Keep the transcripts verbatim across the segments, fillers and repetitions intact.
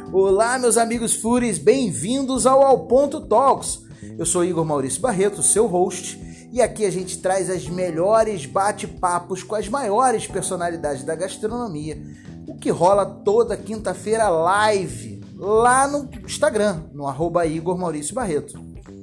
Olá, meus amigos Fúris, bem-vindos ao Ao Ponto Talks. Eu sou Igor Maurício Barreto, seu host, e aqui a gente traz as melhores bate-papos com as maiores personalidades da gastronomia, o que rola toda quinta-feira live, lá no Instagram, no arroba Igor Maurício Barreto.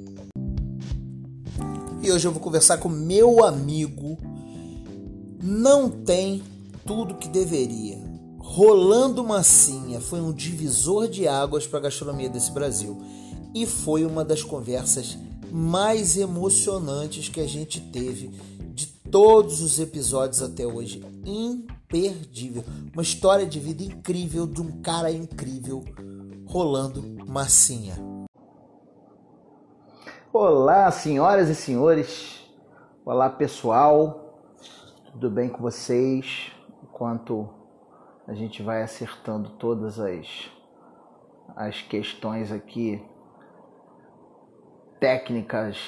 E hoje eu vou conversar com meu amigo, não tem tudo que deveria. Rolando Massinha foi um divisor de águas para a gastronomia desse Brasil e foi uma das conversas mais emocionantes que a gente teve de todos os episódios até hoje. Imperdível. Uma história de vida incrível de um cara incrível, Rolando Massinha. Olá, senhoras e senhores. Olá, pessoal. Tudo bem com vocês? Enquanto a gente vai acertando todas as, as questões aqui técnicas,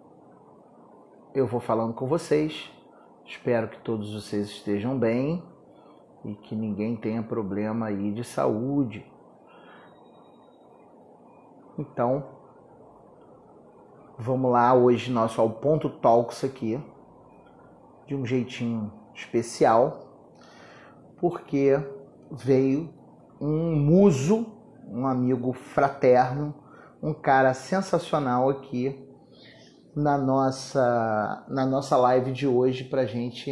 eu vou falando com vocês. Espero que todos vocês estejam bem e que ninguém tenha problema aí de saúde. Então, vamos lá, hoje nosso Ao Ponto Talks aqui, de um jeitinho especial, porque veio um muso, um amigo fraterno, um cara sensacional aqui na nossa, na nossa live de hoje para gente,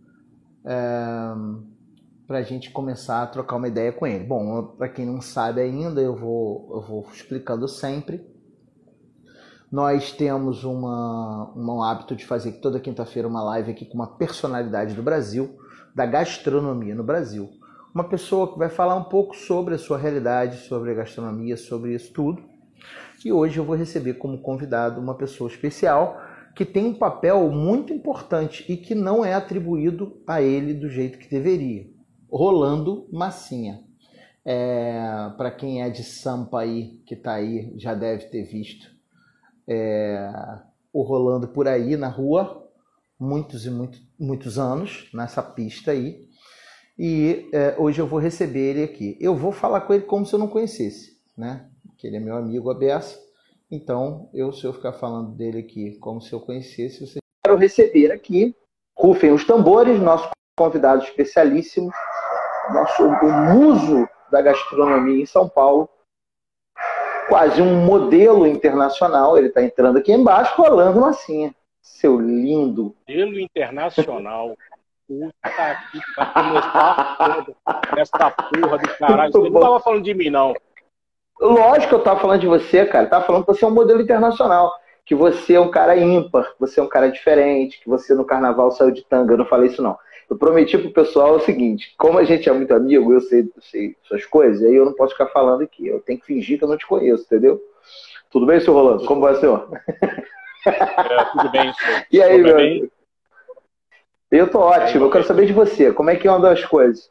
é, pra gente começar a trocar uma ideia com ele. Bom, para quem não sabe ainda, eu vou, eu vou explicando sempre. Nós temos uma, um hábito de fazer toda quinta-feira uma live aqui com uma personalidade do Brasil, da gastronomia no Brasil. Uma pessoa que vai falar um pouco sobre a sua realidade, sobre a gastronomia, sobre isso tudo. E hoje eu vou receber como convidado uma pessoa especial que tem um papel muito importante e que não é atribuído a ele do jeito que deveria. Rolando Massinha. É, para quem é de Sampa aí, que está aí, já deve ter visto é, o Rolando por aí na rua, muitos e muito, muitos anos nessa pista aí, e é, hoje eu vou receber ele aqui. Eu vou falar com ele como se eu não conhecesse, né? Que ele é meu amigo a beça, então eu, se eu ficar falando dele aqui como se eu conhecesse, você... Quero receber aqui, rufem os tambores, nosso convidado especialíssimo, nosso o muso da gastronomia em São Paulo, quase um modelo internacional. Ele está entrando aqui embaixo, Rolando Massinha. Seu lindo. Modelo internacional. Puta que vai começar essa porra do caralho. Você não tava falando de mim, não. Lógico que eu tava falando de você, cara. Eu tava falando que você é um modelo internacional. Que você é um cara ímpar, que você é um cara diferente, que você no carnaval saiu de tanga. Eu não falei isso, não. Eu prometi pro pessoal o seguinte: como a gente é muito amigo, eu sei, eu sei suas coisas, aí eu não posso ficar falando aqui. Eu tenho que fingir que eu não te conheço, entendeu? Tudo bem, senhor Rolando? Como vai, senhor? É, tudo bem, senhor. E aí, meu amigo? Eu tô ótimo. Eu quero saber de você. Como é que andam as coisas?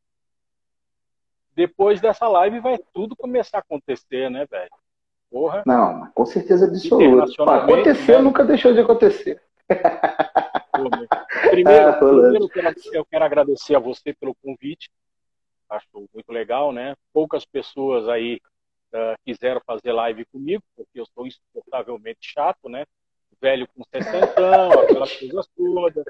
Depois dessa live vai tudo começar a acontecer, né, velho? Porra. Não, com certeza absoluta. Acontecer, né? Nunca deixou de acontecer. Pô, primeiro, ah, primeiro eu, quero, eu quero agradecer a você pelo convite. Acho muito legal, né? Poucas pessoas aí uh, quiseram fazer live comigo, porque eu sou insuportavelmente chato, né? Velho com sessentão, aquelas coisas todas.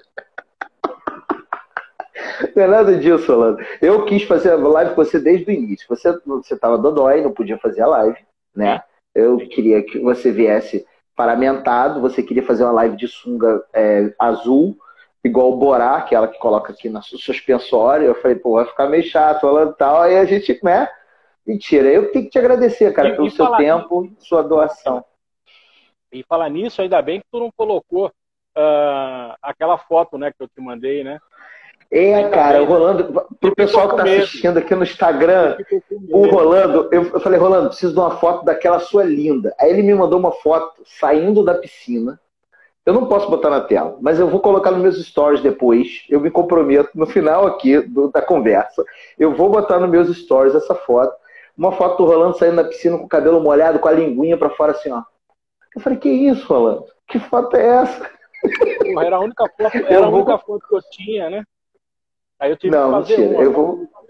Não é nada disso, Rolando. Eu quis fazer a live com você desde o início. Você você estava dodói, não podia fazer a live, né? Eu queria que você viesse paramentado, você queria fazer uma live de sunga é, azul, igual o Borá, aquela que coloca aqui na suspensória. Eu falei, pô, vai ficar meio chato, Rolando, tal. Aí a gente, né? Mentira, eu tenho que te agradecer, cara, e, pelo e seu tempo, nisso, sua doação. E falar nisso, ainda bem que tu não colocou uh, aquela foto, né, que eu te mandei, né? É, cara, o Rolando, pro pessoal que tá assistindo aqui no Instagram, o Rolando, eu, eu falei, Rolando, preciso de uma foto daquela sua linda. Aí ele me mandou uma foto saindo da piscina. Eu não posso botar na tela, mas eu vou colocar nos meus stories depois. Eu me comprometo, no final aqui do, da conversa, eu vou botar nos meus stories essa foto. Uma foto do Rolando saindo da piscina com o cabelo molhado, com a linguinha pra fora assim, ó. Eu falei, que isso, Rolando? Que foto é essa? Porra, era a única foto, era a única foto que eu tinha, né? Aí eu tive não, que fazer mentira. uma. Eu vou...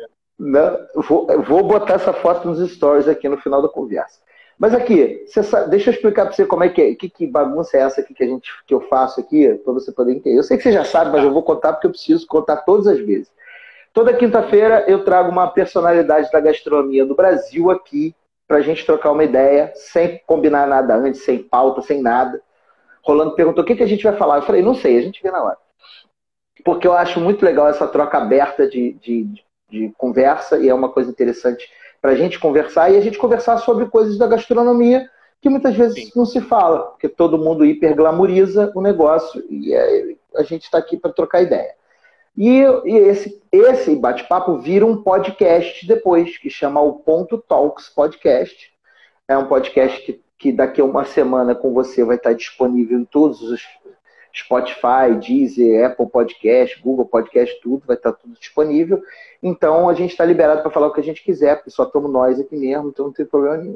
Não, vou, vou botar essa foto nos stories aqui no final da conversa. Mas aqui, você sabe, deixa eu explicar para você como é que é, que, que bagunça é essa aqui que, a gente, que eu faço aqui, para você poder entender. Eu sei que você já sabe, mas eu vou contar porque eu preciso contar todas as vezes. Toda quinta-feira eu trago uma personalidade da gastronomia do Brasil aqui, para a gente trocar uma ideia, sem combinar nada antes, sem pauta, sem nada. Rolando perguntou o que, que a gente vai falar. Eu falei, não sei, a gente vê na hora. Porque eu acho muito legal essa troca aberta de, de, de conversa, e é uma coisa interessante para a gente conversar, e a gente conversar sobre coisas da gastronomia que muitas vezes Sim. não se fala, porque todo mundo hiperglamoriza o negócio, e é, a gente está aqui para trocar ideia. E, e esse, esse bate-papo vira um podcast depois, que chama o Ponto Talks Podcast. É um podcast que, que daqui a uma semana com você vai estar disponível em todos os Spotify, Deezer, Apple Podcast, Google Podcast, tudo, vai estar tudo disponível. Então a gente está liberado para falar o que a gente quiser, porque só estamos nós aqui mesmo, então não tem problema nenhum.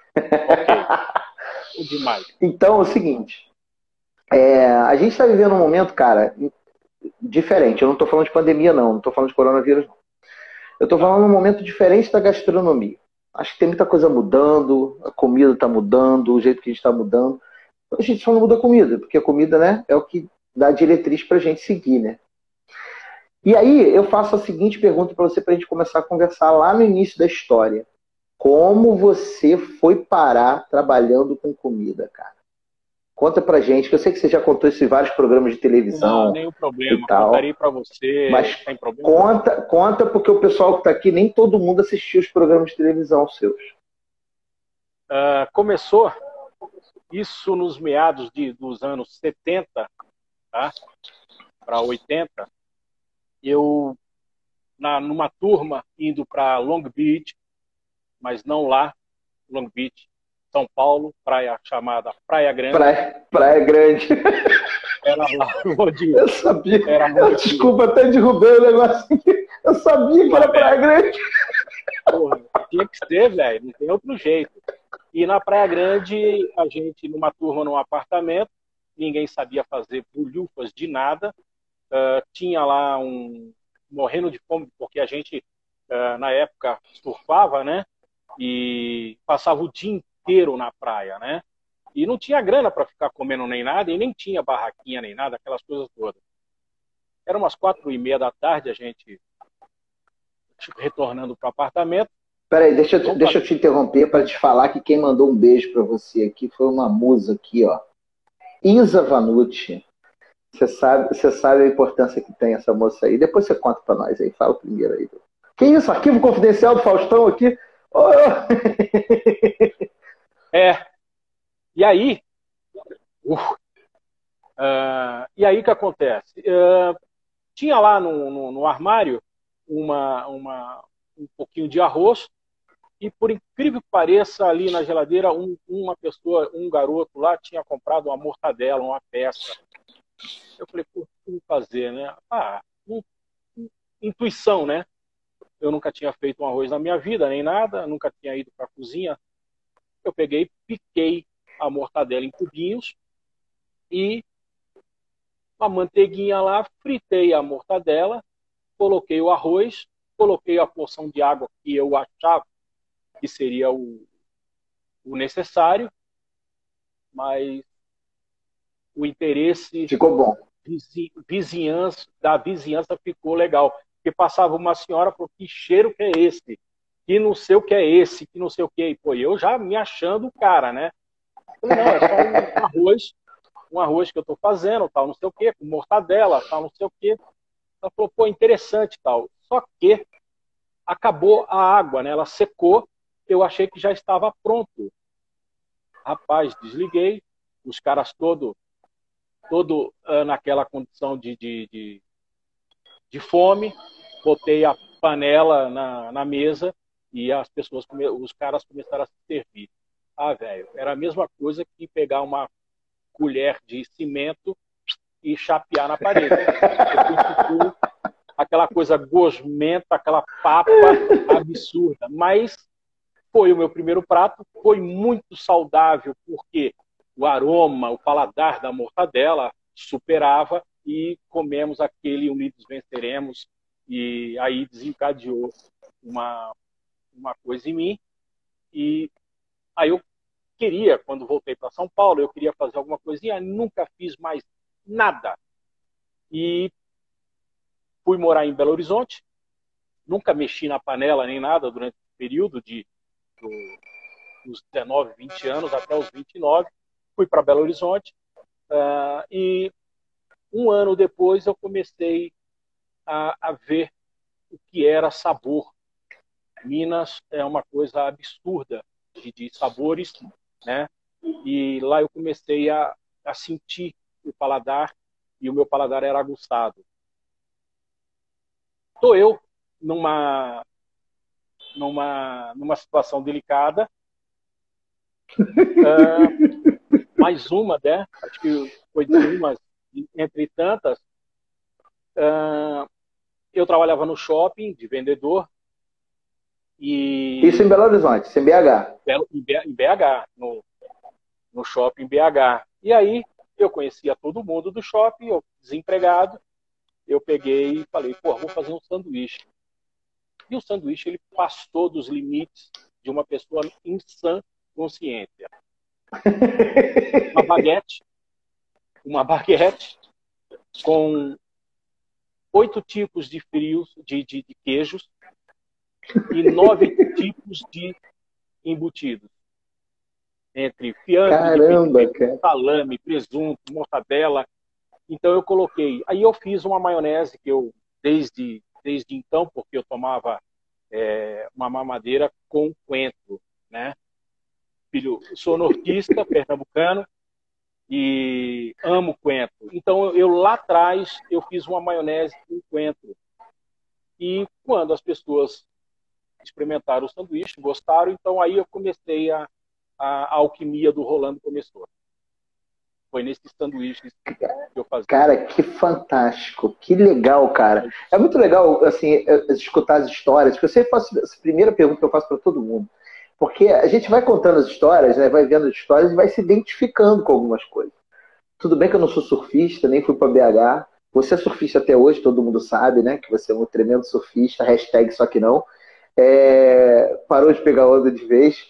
Okay. Demais. Então é o seguinte, é, a gente está vivendo um momento, cara, diferente. Eu não estou falando de pandemia, não, não estou falando de coronavírus, não. Eu estou falando de um momento diferente da gastronomia. Acho que tem muita coisa mudando, a comida está mudando, o jeito que a gente está mudando. A gente só não muda a comida, porque a comida, né, é o que dá diretriz para a gente seguir, né? E aí eu faço a seguinte pergunta para você, para a gente começar a conversar lá no início da história. Como você foi parar trabalhando com comida, cara? Conta pra gente, que eu sei que você já contou isso em vários programas de televisão. Não, nenhum problema, e tal. Contarei para você. Mas sem problema. Conta, conta, porque o pessoal que está aqui, nem todo mundo assistiu os programas de televisão seus. Uh, começou isso nos meados de, dos anos setenta, tá? Para oitenta. Eu, na, numa turma, indo para Long Beach, mas não lá, Long Beach, São Paulo, praia chamada Praia Grande. Praia, praia Grande. Era lá onde... Eu sabia. Era eu, desculpa, até derrubei o negócio aqui. Eu sabia que era Praia Grande. Porra, tinha que ser, velho. Não tem outro jeito. E na Praia Grande, a gente, numa turma, num apartamento, ninguém sabia fazer bolhufas de nada. Uh, tinha lá um... morrendo de fome, porque a gente, uh, na época, surfava, né? E passava o dia inteiro na praia, né? E não tinha grana para ficar comendo nem nada, e nem tinha barraquinha nem nada, aquelas coisas todas. Eram umas quatro e meia da tarde, a gente retornando para o apartamento. Peraí, deixa, eu, deixa eu te interromper para te falar que quem mandou um beijo para você aqui foi uma musa aqui, ó. Isa Vanucci. Você sabe, você sabe a importância que tem essa moça aí. Depois você conta para nós aí. Fala primeiro aí. Que isso? Arquivo confidencial do Faustão aqui? Oh! É. E aí... Uh, uh, e aí o que acontece? Uh, tinha lá no, no, no armário uma, uma, um pouquinho de arroz, e por incrível que pareça, ali na geladeira, um, uma pessoa, um garoto lá tinha comprado uma mortadela, uma peça. Eu falei, pô, como fazer, né? Ah, um, um, intuição, né? Eu nunca tinha feito um arroz na minha vida, nem nada, nunca tinha ido para a cozinha. Eu peguei, piquei a mortadela em cubinhos e a manteiguinha lá, fritei a mortadela, coloquei o arroz, coloquei a porção de água que eu achava que seria o, o necessário, mas o interesse ficou bom. Vizinhança, da vizinhança ficou legal. Porque passava uma senhora e falou, que cheiro que é esse? Que não sei o que é esse, que não sei o que. E, pô, eu já me achando o cara, né? Eu falei, não, é só um arroz, um arroz que eu estou fazendo, tal, não sei o que, com mortadela, tal, não sei o que. Ela falou, pô, interessante, tal. Só que acabou a água, né? Ela secou, eu achei que já estava pronto. Rapaz, desliguei, os caras todos todo, uh, naquela condição de, de, de, de fome, botei a panela na, na mesa e as pessoas, os caras começaram a se servir. Ah, velho, era a mesma coisa que pegar uma colher de cimento e chapear na parede. Aquela coisa gosmenta, aquela papa absurda. Mas foi o meu primeiro prato, foi muito saudável, porque o aroma, o paladar da mortadela superava, e comemos aquele Unidos Venceremos, e aí desencadeou uma, uma coisa em mim. E aí eu queria, quando voltei para São Paulo, eu queria fazer alguma coisinha, nunca fiz mais nada. E fui morar em Belo Horizonte, nunca mexi na panela nem nada durante o período de, do, dos dezenove, vinte anos até os vinte e nove. Fui para Belo Horizonte uh, e um ano depois eu comecei a, a ver o que era sabor. Minas é uma coisa absurda de, de sabores, né? E lá eu comecei a, a sentir o paladar, e o meu paladar era aguçado. Estou eu numa, numa, numa situação delicada, uh, mais uma, né? Acho que foi de umas, entre tantas. Uh, eu trabalhava no shopping de vendedor. E... Isso em Belo Horizonte, isso em B H. Em B H, no, no shopping B H. E aí eu conhecia todo mundo do shopping, eu desempregado, eu peguei e falei, pô, vou fazer um sanduíche. E o sanduíche, ele passou dos limites de uma pessoa em sã consciência. Uma baguete, uma baguete com oito tipos de frios, de, de, de queijos, e nove tipos de embutidos. Entre fiambre, de salame, presunto, mortadela. Então eu coloquei. Aí eu fiz uma maionese que eu, desde, desde então, porque eu tomava é, uma mamadeira com coentro, né? Filho, sou nortista, pernambucano, e amo coentro. Então eu, eu lá atrás eu fiz uma maionese com coentro. E quando as pessoas experimentaram o sanduíche, gostaram, então aí eu comecei a, a, a alquimia do Rolando começou. Foi nesses sanduíches que eu fazia. Cara, que fantástico, que legal, cara. É muito legal, assim, escutar as histórias, porque eu sempre faço essa primeira pergunta que eu faço para todo mundo. Porque a gente vai contando as histórias, né, vai vendo as histórias e vai se identificando com algumas coisas. Tudo bem que eu não sou surfista, nem fui para B H. Você é surfista até hoje, todo mundo sabe, né? Que você é um tremendo surfista, hashtag só que não. É, parou de pegar onda de vez.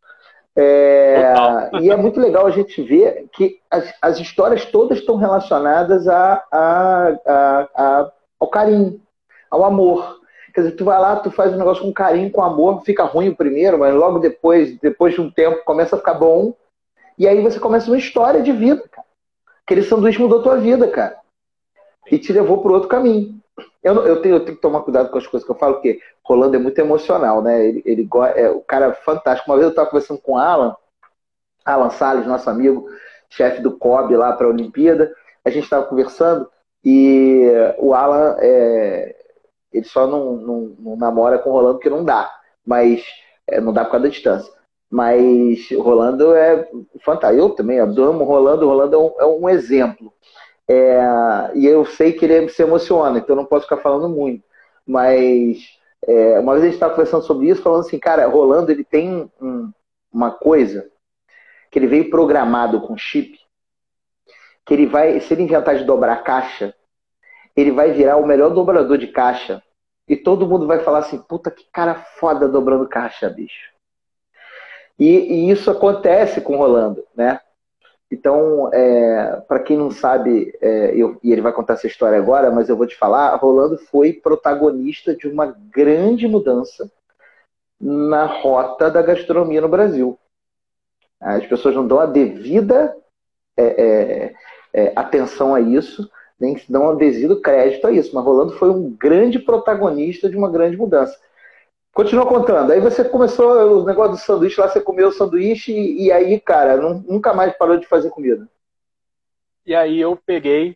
É, e é muito legal a gente ver que as, as histórias todas estão relacionadas a, a, a, a, ao carinho, ao amor. Quer dizer, tu vai lá, tu faz um negócio com carinho, com amor, fica ruim o primeiro, mas logo depois, depois de um tempo, começa a ficar bom. E aí você começa uma história de vida, cara. Aquele sanduíche mudou a tua vida, cara. E te levou para outro caminho. Eu, eu, tenho, eu tenho que tomar cuidado com as coisas que eu falo, porque Rolando é muito emocional, né? Ele, ele é o cara fantástico. Uma vez eu estava conversando com o Alan, Alan Salles, nosso amigo, chefe do C O B lá para a Olimpíada. A gente estava conversando e o Alan, é, ele só não, não, não namora com o Rolando porque não dá. Mas é, não dá por causa da distância. Mas o Rolando é fantástico. Eu também adoro o Rolando. O Rolando é um, é um exemplo. É, e eu sei que ele se emociona, então não posso ficar falando muito. Mas é, uma vez a gente estava conversando sobre isso, falando assim, cara, Rolando ele tem um, uma coisa que ele veio programado com chip, que ele vai, se ele inventar de dobrar caixa, ele vai virar o melhor dobrador de caixa. E todo mundo vai falar assim, puta que cara foda dobrando caixa, bicho. E, e isso acontece com o Rolando, né? Então, é, para quem não sabe, é, eu, e ele vai contar essa história agora, mas eu vou te falar, Rolando foi protagonista de uma grande mudança na rota da gastronomia no Brasil. As pessoas não dão a devida é, é, é, atenção a isso, nem dão o devido crédito a isso, mas Rolando foi um grande protagonista de uma grande mudança. Continua contando. Aí você começou o negócio do sanduíche lá, você comeu o sanduíche e, e aí, cara, não, nunca mais parou de fazer comida. E aí eu peguei,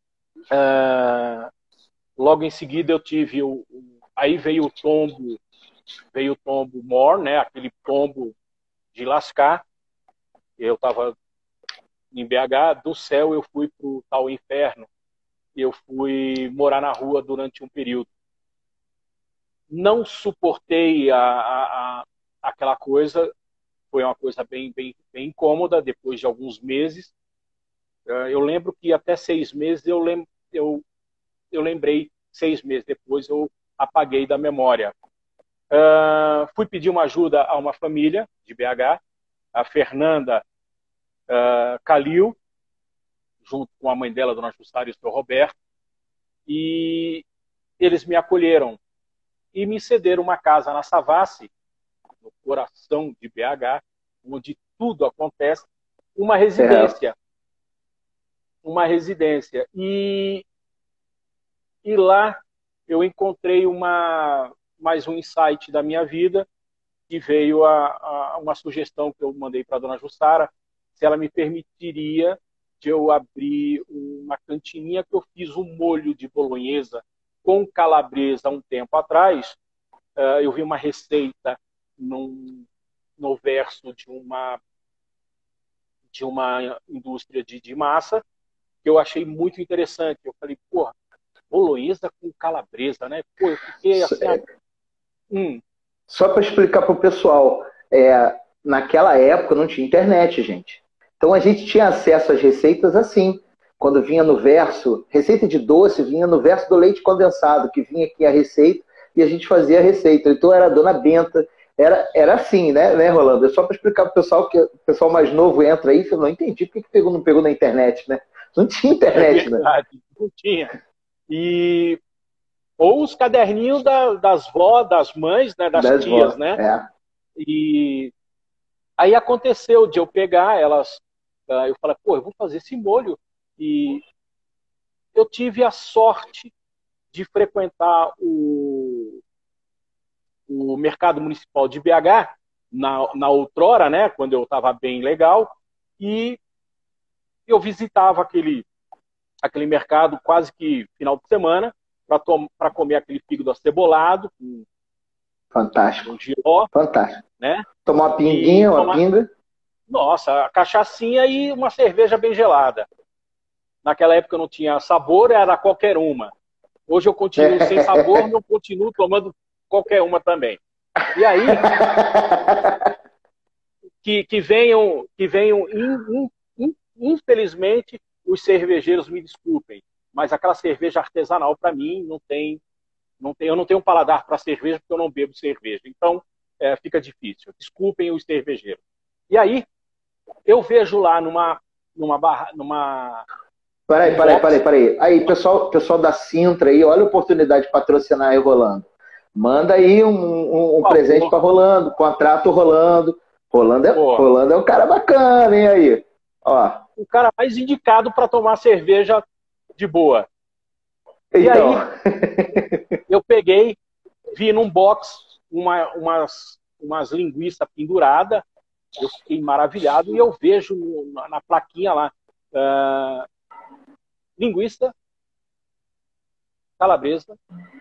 uh, logo em seguida eu tive o, o aí veio o tombo, veio o tombo mor, né? Aquele tombo de lascar. Eu estava em B H, do céu eu fui pro tal inferno. Eu fui morar na rua durante um período. Não suportei a, a, a, aquela coisa, foi uma coisa bem, bem, bem incômoda depois de alguns meses. Eu lembro que até seis meses eu, lem, eu, eu lembrei, seis meses depois eu apaguei da memória. Uh, fui pedir uma ajuda a uma família de B H, a Fernanda uh, Calil, junto com a mãe dela, Dona Jussara e o seu Roberto, e eles me acolheram e me cederam uma casa na Savassi, no coração de B H, onde tudo acontece, uma residência. É. Uma residência. E, e lá eu encontrei uma, mais um insight da minha vida, que veio a, a uma sugestão que eu mandei para a Dona Jussara, se ela me permitiria de eu abrir uma cantininha, que eu fiz um molho de bolonhesa com calabresa um tempo atrás. Uh, eu vi uma receita num, no verso de uma, de uma indústria de, de massa, que eu achei muito interessante. Eu falei, porra, bolonhesa com calabresa, né? Pô, eu fiquei assim... É... Hum. Só para explicar para o pessoal, é, naquela época não tinha internet, gente. Então a gente tinha acesso às receitas assim. Quando vinha no verso, receita de doce, vinha no verso do leite condensado, que vinha aqui a receita, e a gente fazia a receita. Então era a Dona Benta, era, era assim, né, né, Rolando? É só para explicar para o pessoal, que o pessoal mais novo entra aí e fala, não entendi, por que, que pegou, não pegou na internet, né? Não tinha internet, é verdade, né? Não tinha. E... Ou os caderninhos da, das vó, das mães, né, das, das tias, vó, né? É. E aí aconteceu de eu pegar elas, eu falei, pô, eu vou fazer esse molho. E eu tive a sorte de frequentar o, o mercado municipal de B H, na, na outrora, né, quando eu estava bem legal, e eu visitava aquele, aquele mercado quase que final de semana, para comer aquele fígado acebolado. Com, Fantástico. Com giló. Fantástico. Né? Tomar uma pinguinha, uma tomar... pinga. Nossa, a cachaçinha e uma cerveja bem gelada. Naquela época eu não tinha sabor, era qualquer uma. Hoje eu continuo sem sabor, não continuo tomando qualquer uma também. E aí, que, que venham, que venham in, in, infelizmente, os cervejeiros me desculpem, mas aquela cerveja artesanal, para mim, não tem, não tem, eu não tenho um paladar para cerveja, porque eu não bebo cerveja. Então, é, fica difícil. Desculpem os cervejeiros. E aí, eu vejo lá numa... numa barra, numa... Peraí, peraí, peraí, peraí. Aí, pessoal, pessoal da Sintra aí, olha a oportunidade de patrocinar aí, Rolando. Manda aí um, um, um presente para Rolando, contrato Rolando. Rolando é, Rolando é um cara bacana, hein, aí. Ó. O cara mais indicado para tomar cerveja de boa. Então. E aí, eu peguei, vi num box uma, umas, umas linguiças penduradas, eu fiquei maravilhado, e eu vejo na, na plaquinha lá, uh, linguiça, calabresa,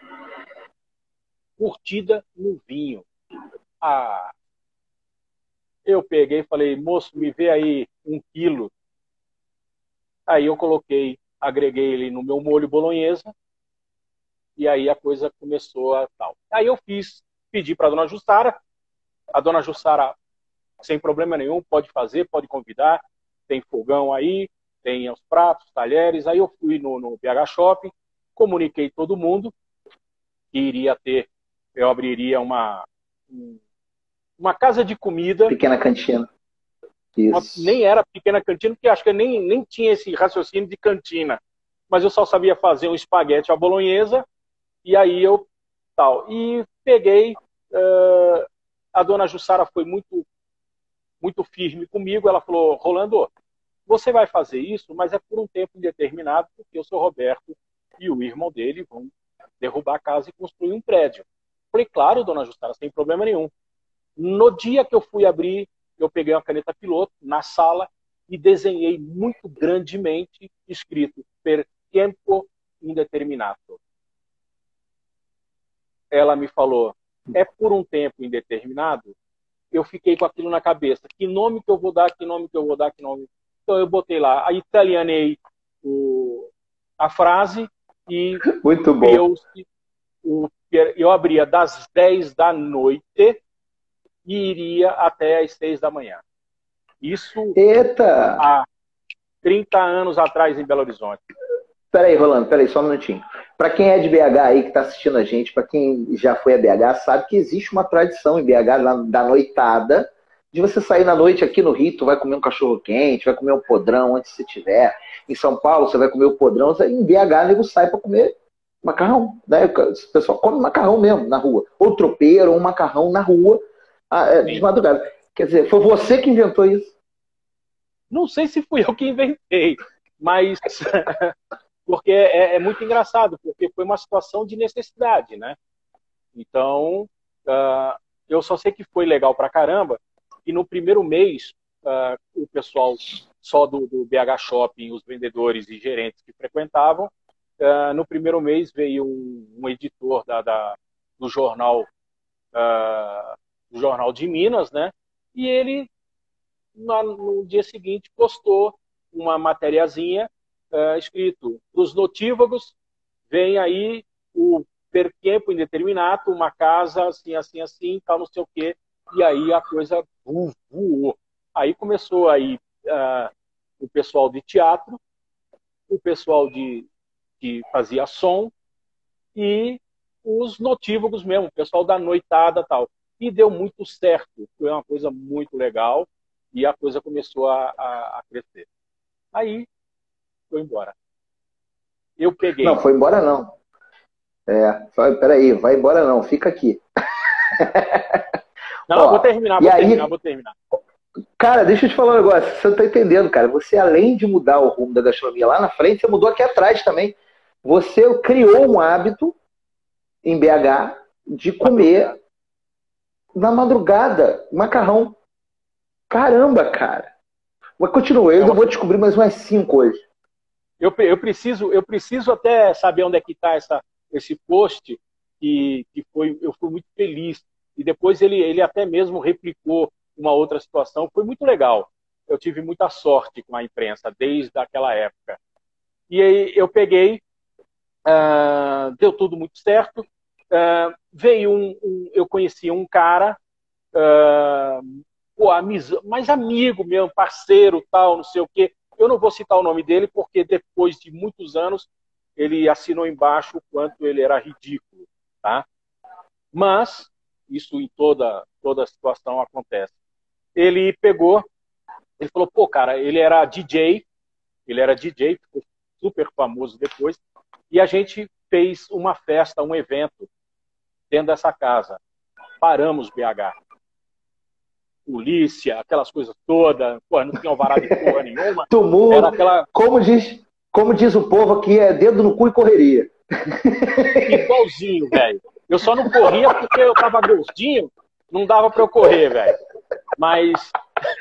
curtida no vinho. Ah, eu peguei e falei, moço, me vê aí um quilo. Aí eu coloquei, agreguei ele no meu molho bolonhesa, e aí a coisa começou a tal. Aí eu fiz, pedi para a Dona Jussara, a Dona Jussara, sem problema nenhum, pode fazer, pode convidar, tem fogão aí, tem os pratos, talheres. Aí eu fui no, no B H Shopping, comuniquei todo mundo que iria ter, eu abriria uma, uma casa de comida. Pequena cantina. Isso. Uma, nem era pequena cantina, porque acho que eu nem, nem tinha esse raciocínio de cantina. Mas eu só sabia fazer um espaguete à bolonhesa, e aí eu tal. E peguei, uh, a Dona Jussara foi muito, muito firme comigo, ela falou, Rolando, você vai fazer isso, mas é por um tempo indeterminado, porque o seu Roberto e o irmão dele vão derrubar a casa e construir um prédio. Falei, claro, Dona Jussara, sem problema nenhum. No dia que eu fui abrir, eu peguei uma caneta piloto na sala e desenhei muito grandemente, escrito, per tempo indeterminato. Ela me falou, é por um tempo indeterminado? Eu fiquei com aquilo na cabeça. Que nome que eu vou dar, que nome que eu vou dar, que nome... Então eu botei lá, a italianei o, a frase e muito bom. Eu, o, eu abria das dez da noite e iria até às seis da manhã. Isso Eita! há trinta anos atrás em Belo Horizonte. Peraí, Rolando, peraí, só um minutinho. Para quem é de B H aí, que está assistindo a gente, para quem já foi a B H, sabe que existe uma tradição em B H da noitada, de você sair na noite aqui no Rio, tu vai comer um cachorro-quente, vai comer um podrão onde você estiver. Em São Paulo, você vai comer o podrão. Em B H, o nego sai para comer macarrão. Né? O pessoal come macarrão mesmo na rua. Ou tropeiro, ou um macarrão na rua, de madrugada. Quer dizer, foi você que inventou isso? Não sei se fui eu que inventei, mas porque é, é muito engraçado, porque foi uma situação de necessidade, né? Então, uh, eu só sei que foi legal pra caramba, e no primeiro mês, uh, o pessoal só do, do B H Shopping, os vendedores e gerentes que frequentavam, uh, no primeiro mês veio um, um editor da, da, do jornal uh, do jornal de Minas, né? E ele no dia seguinte postou uma matériazinha uh, escrito: dos notívagos vem aí o per tempo indeterminado, uma casa assim, assim, assim, tal, não sei o quê. E aí a coisa voou. Aí começou aí uh, o pessoal de teatro, o pessoal de que fazia som e os notívagos mesmo, o pessoal da noitada, tal. E deu muito certo. Foi uma coisa muito legal. E a coisa começou a, a, a crescer. Aí, foi embora. Eu peguei. Não, foi embora não. É, foi, peraí, vai embora não, fica aqui. Não, Ó, vou terminar, vou aí, terminar, vou terminar. Cara, deixa eu te falar um negócio, você não tá entendendo, cara. Você, além de mudar o rumo da gastronomia lá na frente, você mudou aqui atrás também. Você criou um hábito em B H de comer na madrugada macarrão. Caramba, cara. Mas continua, eu ainda vou descobrir mais umas cinco hoje. Eu, eu, preciso, eu preciso até saber onde é que está esse post, que, que foi, eu fui muito feliz. E depois ele, ele até mesmo replicou uma outra situação. Foi muito legal. Eu tive muita sorte com a imprensa desde aquela época. E aí eu peguei, uh, deu tudo muito certo. Uh, veio um, um, eu conheci um cara... Uh, Pô, mais amigo mesmo, parceiro, tal, não sei o quê. Eu não vou citar o nome dele, porque depois de muitos anos, ele assinou embaixo o quanto ele era ridículo, tá? Mas, isso em toda, toda situação acontece. Ele pegou, ele falou, pô, cara, ele era D J, ele era D J, ficou super famoso depois, e a gente fez uma festa, um evento dentro dessa casa. Paramos B H. Polícia, aquelas coisas todas, porra, não tinha alvará de porra nenhuma. Tumulto, era aquela... como, diz, como diz o povo aqui, é dedo no cu e correria. Igualzinho, velho. Eu só não corria porque eu tava gordinho, não dava pra eu correr, velho. Mas...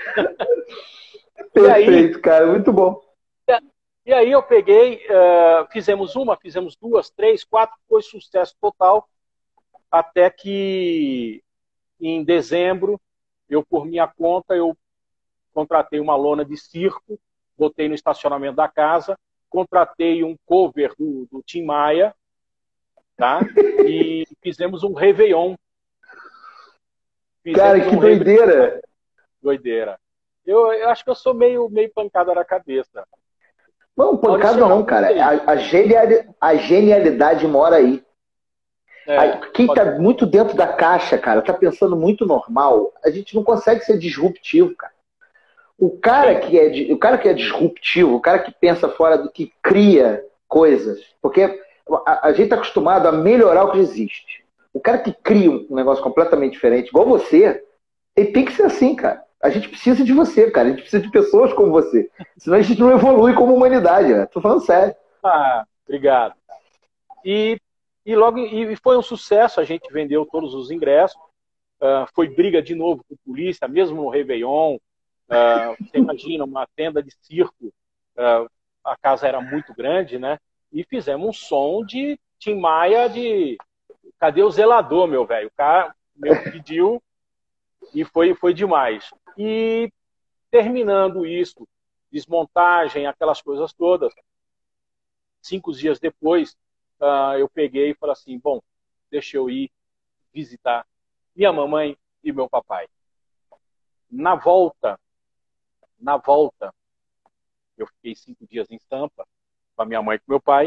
Perfeito, aí, cara, muito bom. E aí eu peguei, uh, fizemos uma, fizemos duas, três, quatro, foi sucesso total, até que em dezembro, eu, por minha conta, eu contratei uma lona de circo, botei no estacionamento da casa, contratei um cover do, do Tim Maia, tá? E fizemos um Réveillon. Fizemos Cara, que um doideira! Réveillon. Doideira. Eu, eu acho que eu sou meio, meio pancada na cabeça. Não, pancada não, cara. A, a, genialidade, a genialidade mora aí. É, Quem está pode... muito dentro da caixa, cara, tá pensando muito normal, a gente não consegue ser disruptivo, cara. O cara, que é, o cara que é disruptivo, o cara que pensa fora do que cria coisas, porque a, a gente está acostumado a melhorar o que existe. O cara que cria um negócio completamente diferente, igual você, ele tem que ser assim, cara. A gente precisa de você, cara. A gente precisa de pessoas como você. Senão a gente não evolui como humanidade, né? Tô falando sério. Ah, obrigado. E E logo e foi um sucesso, a gente vendeu todos os ingressos, uh, foi briga de novo com a polícia, mesmo no Réveillon, uh, você imagina, uma tenda de circo, uh, a casa era muito grande, né? E fizemos um som de Tim Maia de cadê o zelador, meu velho? O cara meu pediu e foi, foi demais. E terminando isso, desmontagem, aquelas coisas todas, cinco dias depois, Uh, eu peguei e falei assim, bom, deixa eu ir visitar minha mamãe e meu papai. Na volta, na volta, eu fiquei cinco dias em Sampa, com a minha mãe e com meu pai,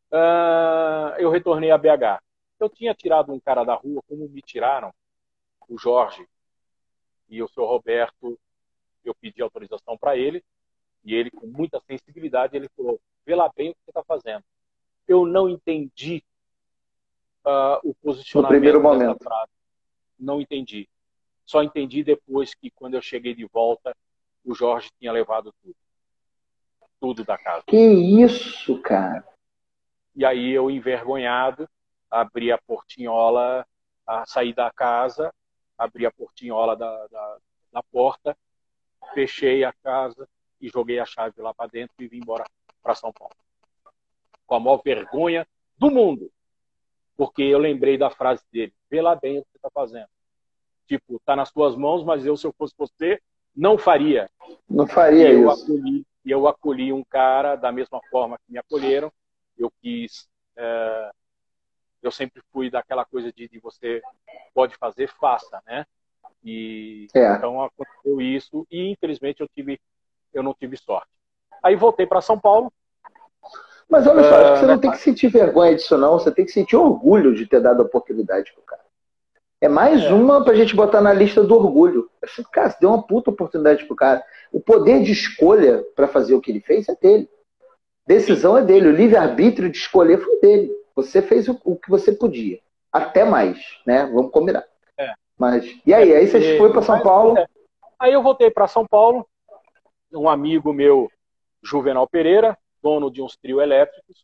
uh, eu retornei a B H. Eu tinha tirado um cara da rua, como me tiraram, o Jorge e o seu Roberto, eu pedi autorização para ele, e ele, com muita sensibilidade, ele falou, vê lá bem o que você está fazendo. Eu não entendi uh, o posicionamento no primeiro dessa momento. frase. Não entendi. Só entendi depois que, quando eu cheguei de volta, o Jorge tinha levado tudo. Tudo da casa. Que isso, cara? E aí eu, envergonhado, abri a portinhola, a, saí da casa, abri a portinhola da, da, da porta, fechei a casa e joguei a chave lá para dentro e vim embora para São Paulo. Com a maior vergonha do mundo. Porque eu lembrei da frase dele, vê lá bem o que você está fazendo. Tipo, tá nas suas mãos, mas eu, se eu fosse você, não faria. Não faria e eu isso. Acolhi, e eu acolhi um cara da mesma forma que me acolheram. Eu quis... É, eu sempre fui daquela coisa de, de você pode fazer, faça, né? E é. Então aconteceu isso e, infelizmente, eu, tive, eu não tive sorte. Aí voltei para São Paulo. Mas olha só, acho que você uh, não tem que sentir vergonha disso, não. Você tem que sentir orgulho de ter dado a oportunidade pro cara. É mais é. uma pra gente botar na lista do orgulho. Assim, cara, você deu uma puta oportunidade pro cara. O poder de escolha para fazer o que ele fez é dele. Decisão é dele. O livre-arbítrio de escolher foi dele. Você fez o, o que você podia. Até mais, né? Vamos combinar. É. Mas, e aí? Aí você foi para São Paulo? É. Aí eu voltei para São Paulo. Um amigo meu, Juvenal Pereira, dono de uns trio elétricos,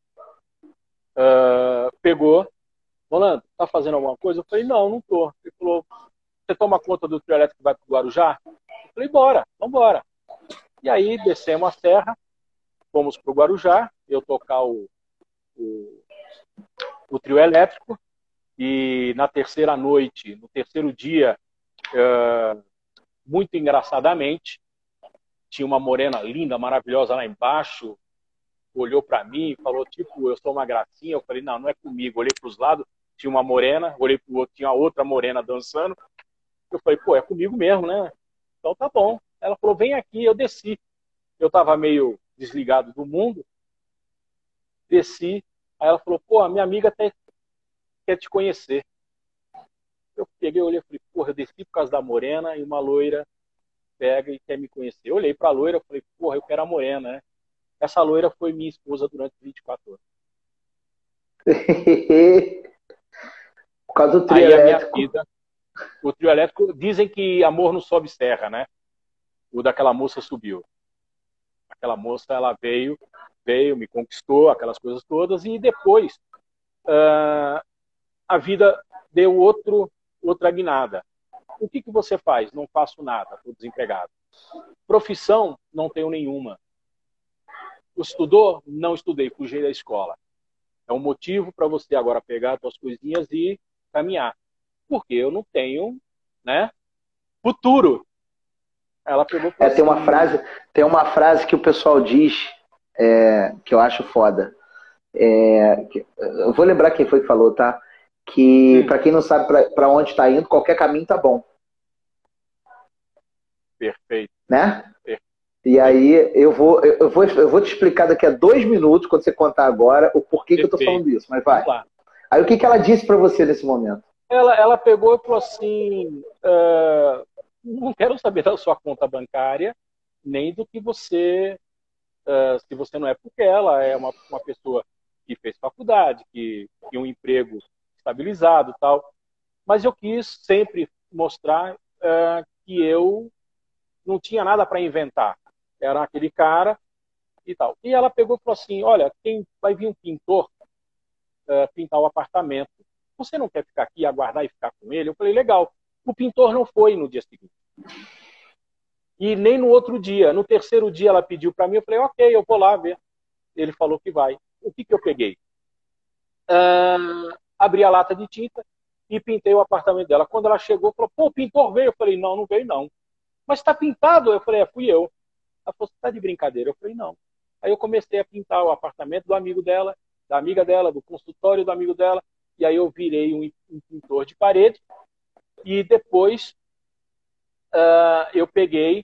uh, pegou, Rolando, tá fazendo alguma coisa? Eu falei, não, não tô. Ele falou, você toma conta do trio elétrico que vai pro Guarujá? Eu falei, bora, vambora. E aí descemos a serra, fomos pro Guarujá, eu tocar o, o, o trio elétrico, e na terceira noite, no terceiro dia, uh, muito engraçadamente, tinha uma morena linda, maravilhosa lá embaixo, olhou para mim e falou, tipo, eu sou uma gracinha. Eu falei, não, não é comigo. Olhei para os lados, tinha uma morena, olhei para o outro, tinha outra morena dançando. Eu falei, pô, é comigo mesmo, né? Então tá bom. Ela falou, vem aqui. Eu desci. Eu estava meio desligado do mundo. Desci. Aí ela falou, pô, a minha amiga até quer te conhecer. Eu peguei, olhei e falei, porra, eu desci por causa da morena e uma loira pega e quer me conhecer. Eu olhei para a loira e falei, porra, eu quero a morena, né? Essa loira foi minha esposa durante vinte e quatro anos. Por causa do trio Aí elétrico. A minha vida, o trio elétrico, dizem que amor não sobe serra, né? O daquela moça subiu. Aquela moça, ela veio, veio, me conquistou, aquelas coisas todas, e depois uh, a vida deu outro, outra guinada. O que, que você faz? Não faço nada, estou desempregado. Profissão, não tenho nenhuma. Estudou? Não estudei, fugi da escola. É um motivo para você agora pegar as suas coisinhas e caminhar. Porque eu não tenho, né, futuro. Ela pegou é, tem uma frase, tem uma frase que o pessoal diz, é, que eu acho foda. É, que, eu vou lembrar quem foi que falou, tá? Que, hum. para quem não sabe para onde está indo, qualquer caminho tá bom. Perfeito. Né? Perfeito. E aí eu vou, eu, vou, eu vou te explicar daqui a dois minutos, quando você contar agora, o porquê Perfeito. que eu tô falando isso. Mas vai. Aí o que, que ela disse para você nesse momento? Ela, ela pegou e falou assim, uh, não quero saber da sua conta bancária, nem do que você, uh, se você não é, porque ela é uma, uma pessoa que fez faculdade, que tinha um emprego estabilizado e tal. Mas eu quis sempre mostrar uh, que eu não tinha nada para inventar. Era aquele cara e tal. E ela pegou e falou assim, olha, tem, vai vir um pintor uh, pintar o apartamento. Você não quer ficar aqui, aguardar e ficar com ele? Eu falei, legal. O pintor não foi no dia seguinte. E nem no outro dia. No terceiro dia ela pediu para mim, eu falei, ok, eu vou lá ver. Ele falou que vai. O que, que eu peguei? Uh, abri a lata de tinta e pintei o apartamento dela. Quando ela chegou, falou, pô, o pintor veio. Eu falei, não, não veio não. Mas está pintado? Eu falei, é, fui eu. Ela falou, você está de brincadeira? Eu falei, não. Aí eu comecei a pintar o apartamento do amigo dela, da amiga dela, do consultório do amigo dela, e aí eu virei um, um pintor de parede, e depois uh, eu peguei...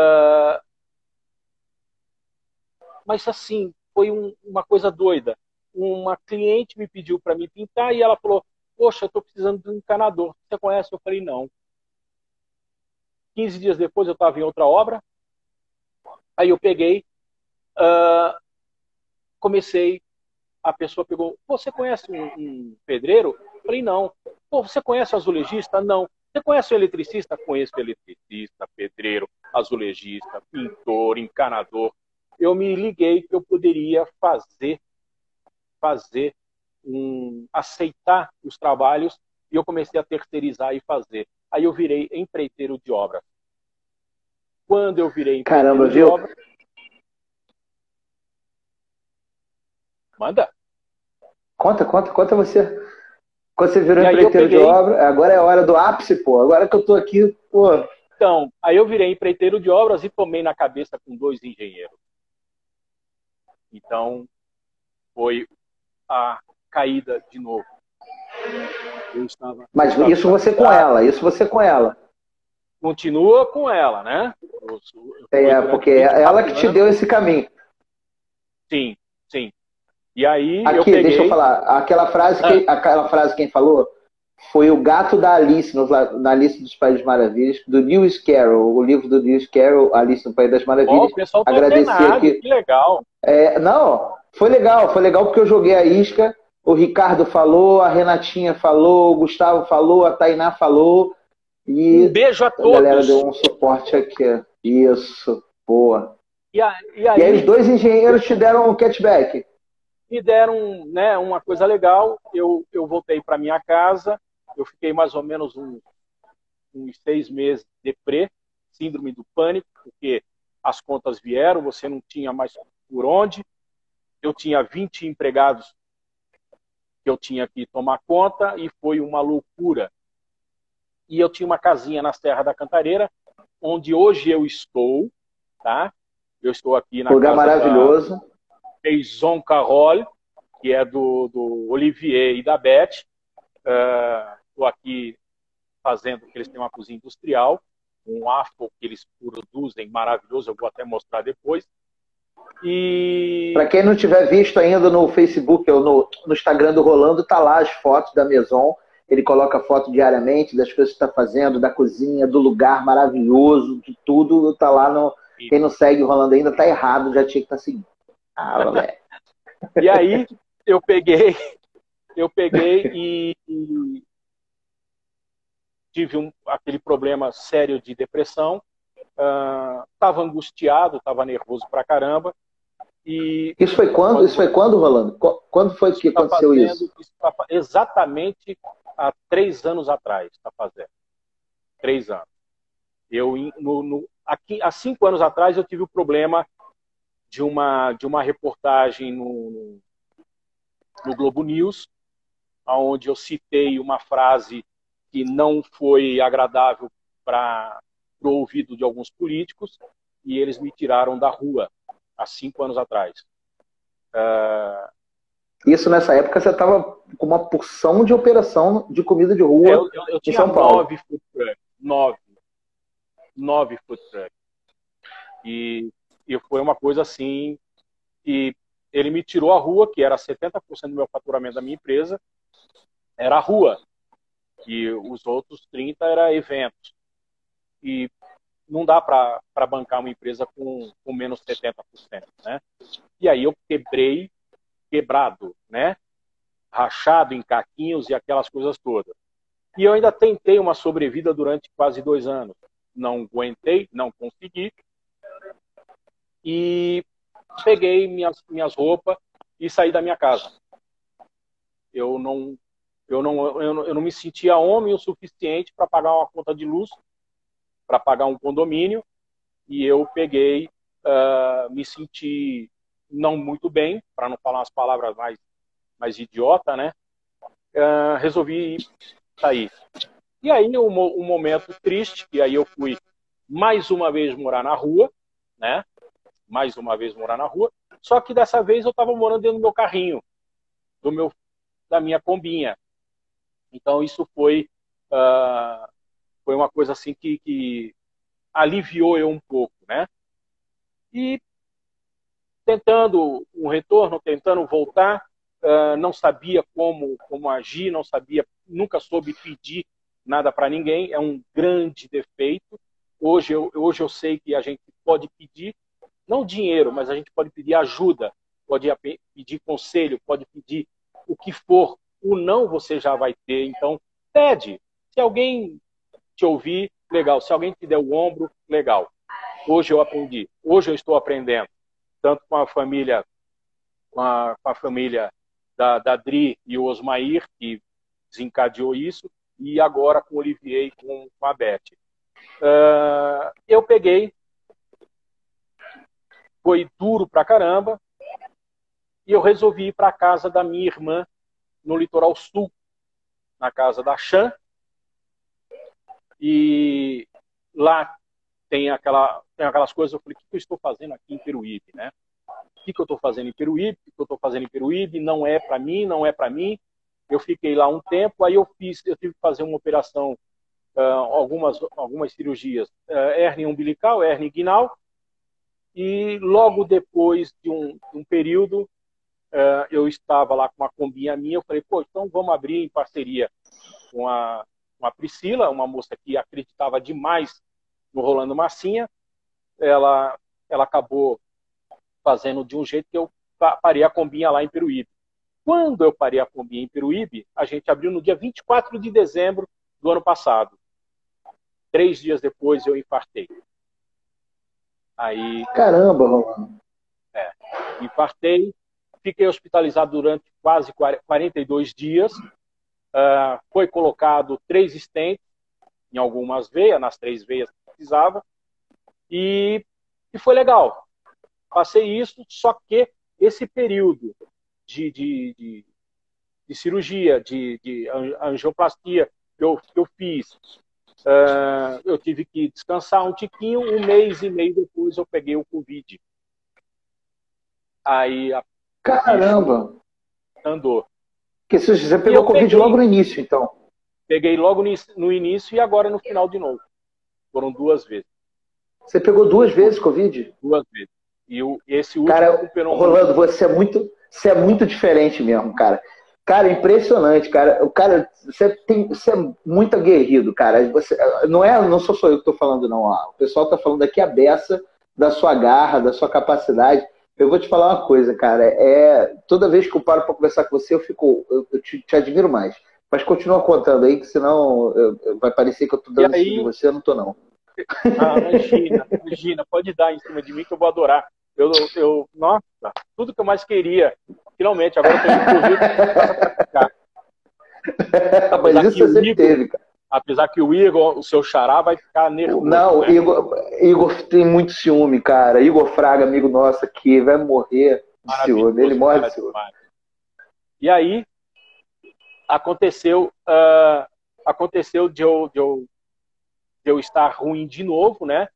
Uh... Mas assim, foi um, uma coisa doida. uma cliente me pediu para me pintar e ela falou, poxa, eu estou precisando de um encanador. Você conhece? Eu falei, não. quinze dias depois eu estava em outra obra, aí eu peguei, uh, comecei, a pessoa pegou, você conhece um, um pedreiro? Eu falei, não. Pô, você conhece o azulejista? Não. Você conhece o eletricista? Conheço o eletricista, pedreiro, azulejista, pintor, encanador. Eu me liguei que eu poderia fazer, fazer, um, aceitar os trabalhos e eu comecei a terceirizar e fazer. Aí eu virei empreiteiro de obra. Quando eu virei empreiteiro Caramba, de viu? obra... Manda. Conta, conta, conta você. Quando você virou E aí eu empreiteiro de peguei- obra, agora é a hora do ápice, pô. Agora que eu tô aqui, pô. Então, aí eu virei empreiteiro de obras e tomei na cabeça com dois engenheiros. Então, foi a caída de novo. Eu estava, Mas eu estava isso você com desesperado. ela, isso você com ela. Continua com ela, né? Eu- eu- foi É, durante porque é vinte e quatro ela que te anos. deu esse caminho. Sim, sim. E aí eu Aqui, peguei... deixa eu falar. Aquela frase, que, aquela frase quem falou foi o gato da Alice, no, na Alice dos Países Maravilhas, do Lewis Carroll, o livro do Lewis Carroll, Alice no País das Ó, Maravilhas. o pessoal tá Agradecer antenado, aqui. que legal. É, não, foi legal, foi legal porque eu joguei a isca, o Ricardo falou, a Renatinha falou, o Gustavo falou, a Tainá falou, e Um beijo a a galera todos. deu um suporte aqui. Isso, boa. E, a- e E aí aí os dois engenheiros te deram um catchback. me deram, né, uma coisa legal. Eu, eu voltei para minha casa. Eu fiquei mais ou menos uns, uns seis meses deprê, síndrome do pânico, porque as contas vieram, você não tinha mais por onde. Eu tinha vinte empregados que eu tinha que tomar conta e foi uma loucura. E eu tinha uma casinha na Serra da Cantareira, onde hoje eu estou, tá? Eu estou aqui na Lugar casa maravilhoso. da Maison Carole, que é do, do Olivier e da Beth. Estou uh, aqui fazendo, que eles têm uma cozinha industrial, um afo que eles produzem maravilhoso, eu vou até mostrar depois. E... Para quem não tiver visto ainda no Facebook ou no, no Instagram do Rolando, tá lá as fotos da Maison. Ele coloca foto diariamente das coisas que está fazendo, da cozinha, do lugar maravilhoso, de tudo. Tá lá no. Quem não segue o Rolando ainda tá errado, já tinha que estar tá seguindo. Ah, moleque. E aí eu peguei, eu peguei e, e tive um, aquele problema sério de depressão. Estava uh, angustiado, estava nervoso pra caramba. E isso foi quando? Quando, isso foi quando, Rolando? Quando foi que tá aconteceu fazendo, isso? isso tá, exatamente há três anos atrás, está fazendo. Três anos. Eu, no, no, aqui, há cinco anos atrás, eu tive o problema de uma, de uma reportagem no, no Globo News, onde eu citei uma frase que não foi agradável para o ouvido de alguns políticos, e eles me tiraram da rua há cinco anos atrás. Uh... Isso nessa época você estava com uma porção de operação de comida de rua eu, eu, eu em tinha São Paulo. Nove food trucks, nove, nove food trucks. E, e foi uma coisa assim que ele me tirou a rua, que era setenta por cento do meu faturamento da minha empresa, era a rua. E os outros trinta por cento era eventos. E não dá para bancar uma empresa com, com menos setenta por cento, né? E aí eu quebrei, quebrado, né? Rachado em caquinhos e aquelas coisas todas. E eu ainda tentei uma sobrevida durante quase dois anos. Não aguentei, não consegui. E peguei minhas, minhas roupas e saí da minha casa. Eu não, eu não, eu não, eu não me sentia homem o suficiente para pagar uma conta de luz, para pagar um condomínio, e eu peguei, uh, me senti não muito bem, para não falar as palavras mais, mais idiota, né? Uh, resolvi sair. E aí, um, um momento triste, que aí eu fui mais uma vez morar na rua, né? Mais uma vez morar na rua, só que dessa vez eu estava morando dentro do meu carrinho, do meu, da minha combinha. Então isso foi, uh, foi uma coisa assim que, que aliviou eu um pouco, né? E tentando um retorno, tentando voltar, uh, não sabia como, como agir, não sabia, nunca soube pedir nada para ninguém, é um grande defeito. Hoje eu, hoje eu sei que a gente pode pedir, não dinheiro, mas a gente pode pedir ajuda, pode pedir conselho, pode pedir o que for. O não você já vai ter, então pede. Se alguém te ouvir, legal. Se alguém te der o ombro, legal. Hoje eu aprendi, hoje eu estou aprendendo, tanto com a família, com a, com a família da, da Dri e o Osmair, que desencadeou isso, e agora com o Olivier e com, com a Beth. Uh, eu peguei, foi duro pra caramba, e eu resolvi ir para a casa da minha irmã, no litoral sul, na casa da Chan, e lá tem, aquela, tem aquelas coisas, eu falei, o que eu estou fazendo aqui em Peruíbe, né? O que eu estou fazendo em Peruíbe? O que eu estou fazendo em Peruíbe? Não é para mim, não é para mim. Eu fiquei lá um tempo, aí eu fiz, eu tive que fazer uma operação, uh, algumas, algumas cirurgias, uh, hérnia umbilical, hérnia inguinal, e logo depois de um, de um período, uh, eu estava lá com uma combinha minha, eu falei, pô, então vamos abrir em parceria com a, com a Priscila, uma moça que acreditava demais no Rolando Massinha. Ela, ela acabou fazendo de um jeito que eu parei a combinha lá em Peruíbe. Quando eu parei a combinha em Peruíbe, a gente abriu no dia vinte e quatro de dezembro do ano passado. Três dias depois eu infartei. Aí, caramba, Rolando. É, infartei, fiquei hospitalizado durante quase quarenta e dois dias. Uh, foi colocado três stents em algumas veias, nas três veias que precisava. E, e foi legal. Passei isso, só que esse período de, de, de, de cirurgia, de, de angioplastia que eu, que eu fiz, uh, eu tive que descansar um tiquinho, um mês e meio depois eu peguei o Covid. Aí a... Caramba! Andou. Porque você pegou o Covid peguei, logo no início, então? Peguei logo no início e agora no final de novo. Foram duas vezes. Você pegou duas vezes Covid? Duas vezes. E o, esse último... Cara, Rolando, você é, muito, você é muito diferente mesmo, cara. Cara, impressionante, cara. O cara, você, tem, você é muito aguerrido, cara. Você, não, é, não sou só eu que estou falando, não. Ó. O pessoal está falando aqui a beça da sua garra, da sua capacidade. Eu vou te falar uma coisa, cara. É, toda vez que eu paro para conversar com você, eu fico, eu, eu te, te admiro mais. Mas continua contando aí, que senão eu, eu, vai parecer que eu estou dando em cima de você. Eu não estou, não. Ah, imagina, imagina. Pode dar em cima de mim que eu vou adorar. Eu, eu, nossa, tudo que eu mais queria. Finalmente, agora eu estou indo pro Rio para praticar. Mas isso você sempre teve, cara. Apesar que o Igor, o seu xará, vai ficar nervoso. Não, né? Igor, Igor tem muito ciúme, cara. Igor Fraga, amigo nosso aqui, vai morrer de ciúme. Ele morre de ciúme. E aí, aconteceu, uh, aconteceu de eu, de, eu, de eu estar ruim de novo, né?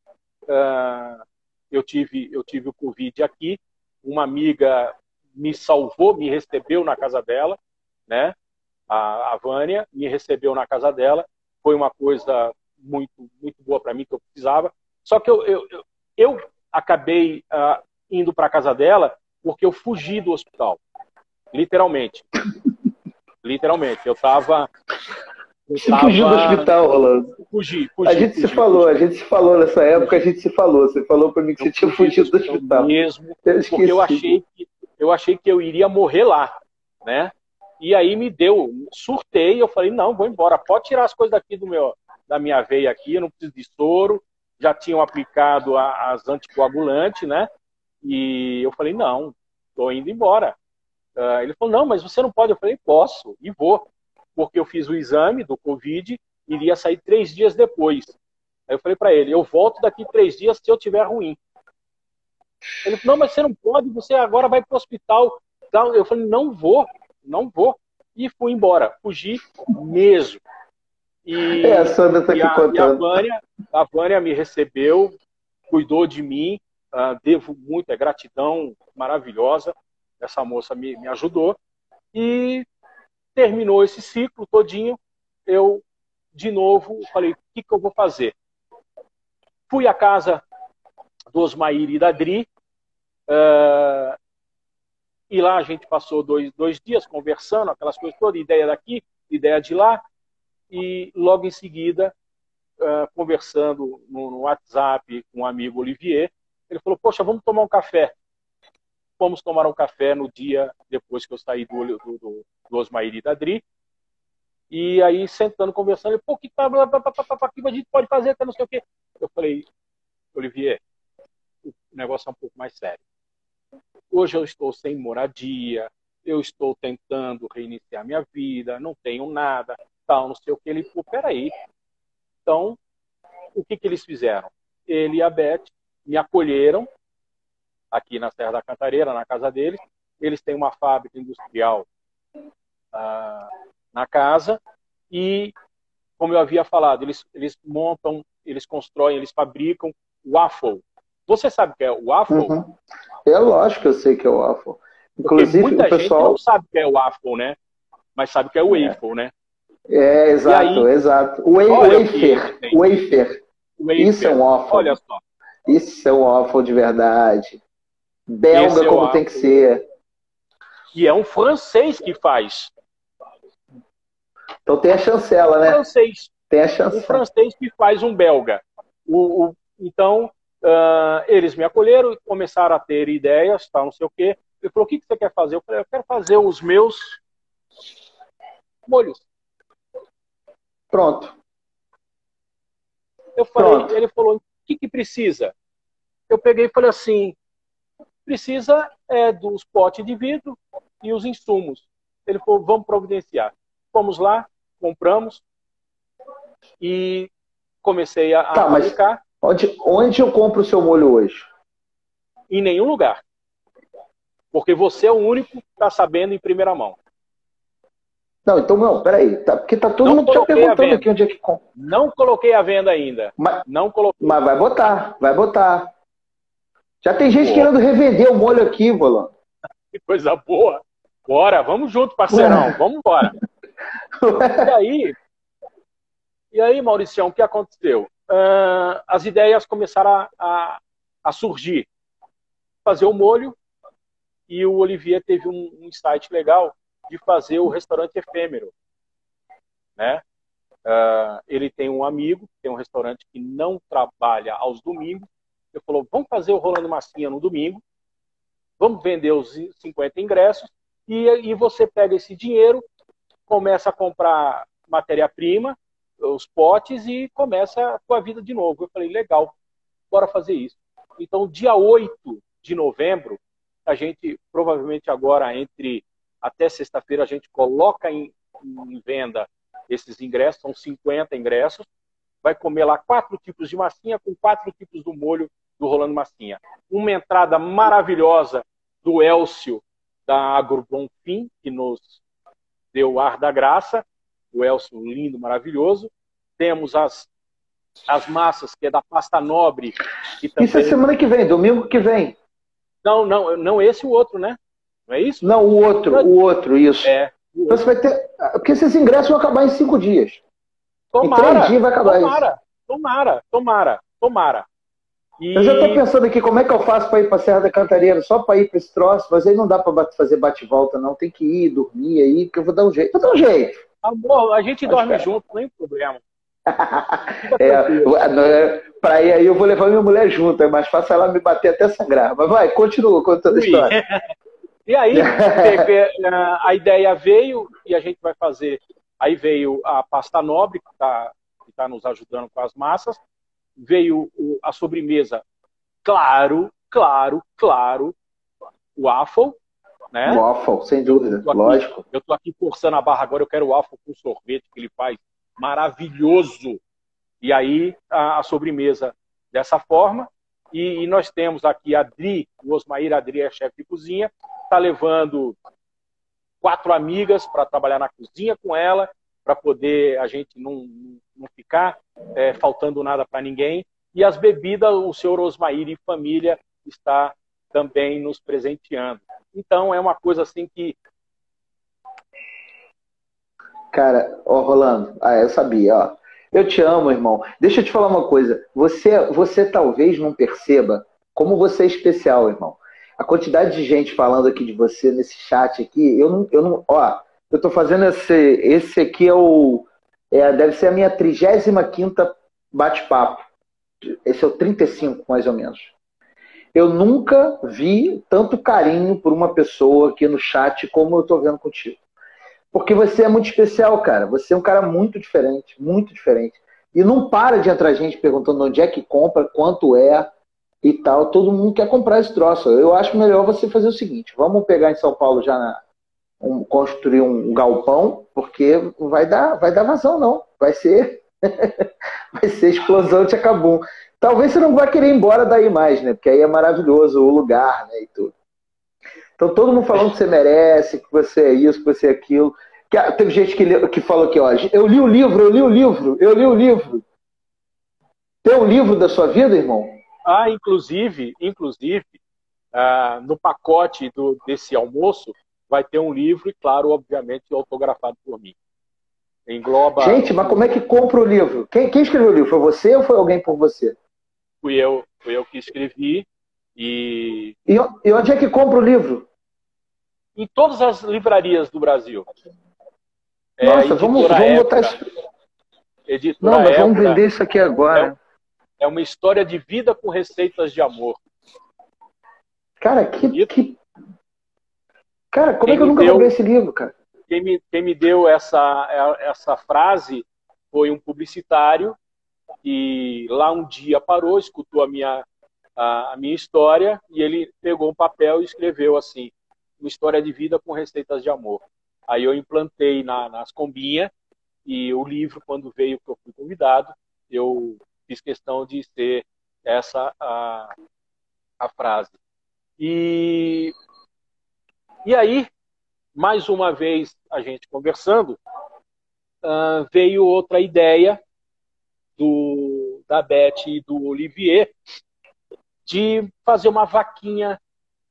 Uh, eu, tive, eu tive o Covid aqui. Uma amiga me salvou, me recebeu na casa dela, né? A, a Vânia me recebeu na casa dela. Foi uma coisa muito, muito boa para mim, que eu precisava. Só que eu, eu, eu, eu acabei uh, indo para a casa dela porque eu fugi do hospital. Literalmente. Literalmente. Eu estava... Você tava... fugiu do hospital, Rolando? Fugi, fugi. A gente fugi, se falou, fugi. a gente se falou nessa época, a gente se falou. Você falou para mim que eu você tinha fugido do hospital. Mesmo, eu porque eu achei, que, eu achei que eu iria morrer lá, né? E aí me deu, surtei, eu falei, não, vou embora, pode tirar as coisas daqui do meu, da minha veia aqui, eu não preciso de soro, já tinham aplicado a, as anticoagulantes, né? E eu falei, não, tô indo embora. Uh, ele falou, não, mas você não pode. Eu falei, posso, e vou. Porque eu fiz o exame do Covid, iria sair três dias depois. Aí eu falei para ele, eu volto daqui três dias se eu tiver ruim. Ele falou, não, mas você não pode, você agora vai para o hospital. Eu falei, não vou. Não vou. E fui embora. Fugi mesmo. E, é, a Sandra tá aqui e, a, contando. e a Vânia, a Vânia me recebeu, cuidou de mim. Uh, devo muito, é gratidão maravilhosa. Essa moça me, me ajudou. E terminou esse ciclo todinho. Eu, de novo, falei, o que, que eu vou fazer? Fui à casa do Osmair e da Dri. Uh, E lá a gente passou dois, dois dias conversando, aquelas coisas todas, ideia daqui, ideia de lá. E logo em seguida, uh, conversando no, no WhatsApp com o amigo Olivier, ele falou, poxa, vamos tomar um café. Fomos tomar um café no dia depois que eu saí do, do, do, do Osmair e da Dri. E aí, sentando, conversando, ele, pô, que tá, que a gente pode fazer, até não sei o quê. Eu falei, Olivier, o negócio é um pouco mais sério. Hoje eu estou sem moradia, eu estou tentando reiniciar minha vida, não tenho nada, tal, não sei o que. Ele, pô, peraí. Então, o que que eles fizeram? Ele e a Beth me acolheram aqui na Serra da Cantareira, na casa deles. Eles têm uma fábrica industrial ah, na casa e, como eu havia falado, eles, eles montam, eles constroem, eles fabricam waffle. Você sabe o que é o waffle? Uhum. É lógico que eu sei que é o waffle. Inclusive, porque muita o pessoal gente não sabe o que é o waffle, né? Mas sabe o que é o waffle, é. né? É, exato, aí, exato. O wafer, o wafer. Isso é um waffle. Olha só. Isso é um waffle de verdade. Belga, é como waffle. Tem que ser. E é um francês que faz. Então tem a chancela, né? Francês. Tem a chancela. O francês que faz um belga. O, o, então, uh, eles me acolheram e começaram a ter ideias, tal, não sei o quê. Ele falou, o que, que você quer fazer? Eu falei, eu quero fazer os meus molhos. Pronto. Eu falei, Pronto. Ele falou, o que, que precisa? Eu peguei e falei assim, precisa é, dos potes de vidro e os insumos. Ele falou, vamos providenciar. Fomos lá, compramos e comecei a, tá, a fabricar. Onde, onde eu compro o seu molho hoje? Em nenhum lugar. Porque você é o único que está sabendo em primeira mão. Não, então não, peraí. Tá, porque tá todo não mundo já perguntando aqui onde é que compra. Não coloquei a venda ainda. Mas, não coloquei. Mas vai botar, vai botar. Já tem gente Pô. querendo revender o molho aqui, Volando. Que coisa boa. Bora, vamos junto, parceirão. Vamos embora. E aí, e aí, Mauricião, o que aconteceu? Uh, as ideias começaram a, a, a surgir. Fazer o molho e o Olivier teve um, um insight legal de fazer o restaurante efêmero. Né? Uh, ele tem um amigo, tem um restaurante que não trabalha aos domingos. Ele falou, vamos fazer o Rolando Massinha no domingo, vamos vender os cinquenta ingressos e, e você pega esse dinheiro, começa a comprar matéria-prima, os potes e começa a tua vida de novo. Eu falei, legal, bora fazer isso. Então, dia oito de novembro, a gente, provavelmente agora, entre até sexta-feira, a gente coloca em, em venda esses ingressos, são cinquenta ingressos, vai comer lá quatro tipos de massinha com quatro tipos do molho do Rolando Massinha. Uma entrada maravilhosa do Elcio, da Agro Bonfim, que nos deu o ar da graça, o Elcio lindo, maravilhoso. Temos as, as massas, que é da Pasta Nobre. Que também... Isso é semana que vem, domingo que vem. Não, não, não esse o outro, né? Não é isso? Não, o outro, não. o outro, isso. É. O outro. Você vai ter... Porque esses ingressos vão acabar em cinco dias. Tomara, em três dias vai acabar tomara, isso. Tomara, tomara, tomara. E... Eu já estou pensando aqui, como é que eu faço para ir para a Serra da Cantareira, só para ir para esse troço, mas aí não dá para fazer bate-volta, não. Tem que ir, dormir aí, porque eu vou dar um jeito. Vou dar um jeito. Amor, a gente dorme é. junto, nem problema. é, para ir aí eu vou levar minha mulher junto, é mais fácil ela me bater até sangrar. Mas vai, continua contando a história. E aí, a ideia veio e a gente vai fazer. Aí veio a Pasta Nobre, que está que tá nos ajudando com as massas. Veio a sobremesa, claro, claro, claro, o waffle, né? O waffle, sem dúvida, eu aqui, lógico. Eu estou aqui forçando a barra agora, eu quero o waffle com sorvete que ele faz, maravilhoso. E aí a, a sobremesa dessa forma. E, e nós temos aqui a Adri, o Osmair Adri é chefe de cozinha, está levando quatro amigas para trabalhar na cozinha com ela, para poder a gente não, não ficar é, faltando nada para ninguém. E as bebidas, o senhor Osmair e família está também nos presenteando. Então, é uma coisa assim que... Cara, ó, Rolando, ah, eu sabia, ó. Eu te amo, irmão. Deixa eu te falar uma coisa. Você, você talvez não perceba como você é especial, irmão. a quantidade de gente falando aqui de você nesse chat aqui, eu não, eu não, ó, eu tô fazendo esse, esse aqui é o, é, deve ser a minha trigésima quinta bate-papo. Esse é o trinta e cinco, mais ou menos. Eu nunca vi tanto carinho por uma pessoa aqui no chat como eu tô vendo contigo. Porque você é muito especial, cara. Você é um cara muito diferente, muito diferente. E não para de entrar gente perguntando onde é que compra, quanto é e tal. Todo mundo quer comprar esse troço. Eu acho melhor você fazer o seguinte. Vamos pegar em São Paulo já, na, um, construir um galpão, porque vai dar, vai dar vazão, não. Vai ser, vai ser explosão de acabum. Talvez você não vai querer ir embora daí mais, né? Porque aí é maravilhoso o lugar, né? E tudo. Então todo mundo falando que você merece, que você é isso, que você é aquilo. Que, teve gente que, que falou aqui, ó, eu li o livro, eu li o livro, eu li o livro. Tem um livro da sua vida, irmão? Ah, inclusive, inclusive, ah, no pacote do, desse almoço vai ter um livro e, claro, obviamente, autografado por mim. Engloba... Gente, mas como é que compra o livro? Quem, quem escreveu o livro? Foi você ou foi alguém por você? Fui eu, fui eu que escrevi. E... e... E onde é que compra o livro? Em todas as livrarias do Brasil. Nossa, é, vamos, vamos botar isso. Editora Não, mas Évora, vamos vender isso aqui agora. É, é uma história de vida com receitas de amor. Cara, que... E... que... Cara, como quem é que eu nunca deu... vou ver esse livro, cara? Quem me, quem me deu essa, essa frase foi um publicitário que lá um dia parou, escutou a minha, a, a minha história e ele pegou um papel e escreveu assim, uma história de vida com receitas de amor. Aí eu implantei na, nas combinhas e o livro, quando veio que eu fui convidado, eu fiz questão de ser essa a, a frase. E, e aí, mais uma vez, a gente conversando, uh, veio outra ideia do, da Beth e do Olivier de fazer uma vaquinha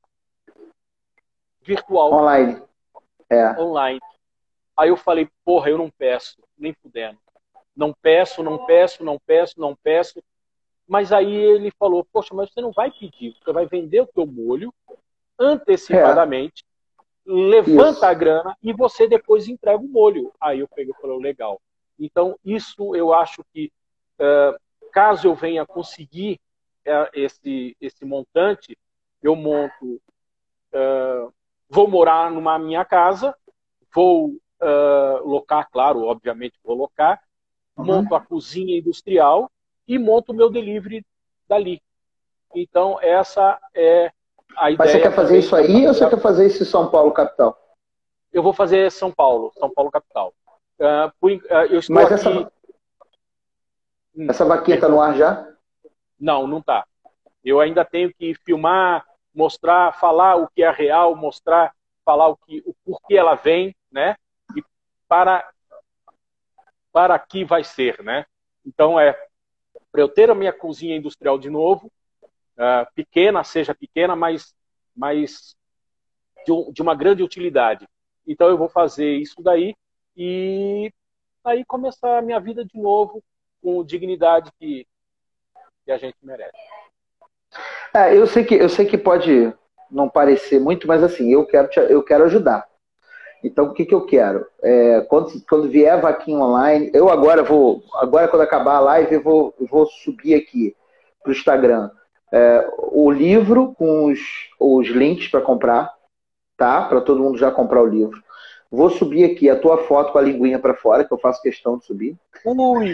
virtual. Online. É. Online. Aí eu falei, porra, eu não peço, nem fudendo. Não peço, não peço, não peço, não peço. Mas aí ele falou, poxa, mas você não vai pedir, você vai vender o teu molho antecipadamente, é. levanta isso. a grana e você depois entrega o molho. Aí eu peguei e falei, legal. Então, isso eu acho que, uh, caso eu venha conseguir uh, esse, esse montante, eu monto, uh, vou morar numa minha casa, vou uh, locar, claro, obviamente vou locar, uhum. monto a cozinha industrial e monto o meu delivery dali. Então, essa é a ideia. Mas você quer fazer isso aí ou você quer fazer isso em São Paulo, capital? Eu vou fazer São Paulo, São Paulo, capital. Uh, por, uh, eu estou Mas aqui... essa, essa vaquinha está no ar já? Não, não está. Eu ainda tenho que filmar, mostrar, falar o que é real, mostrar, falar o, que, o porquê ela vem, né? E para, para que vai ser, né? Então, é para eu ter a minha cozinha industrial de novo, uh, pequena, seja pequena, mas, mas de, um, de uma grande utilidade. Então, eu vou fazer isso daí e aí começar a minha vida de novo com dignidade que, que a gente merece. É, eu sei que eu sei que pode não parecer muito, mas assim, eu quero, te, eu quero ajudar. Então, o que, que eu quero? É, quando, quando vier a vaquinha online, eu agora vou, agora quando acabar a live, eu vou, eu vou subir aqui para o Instagram é, o livro com os, os links para comprar, tá? Para todo mundo já comprar o livro. Vou subir aqui a tua foto com a linguinha para fora, que eu faço questão de subir. Ui!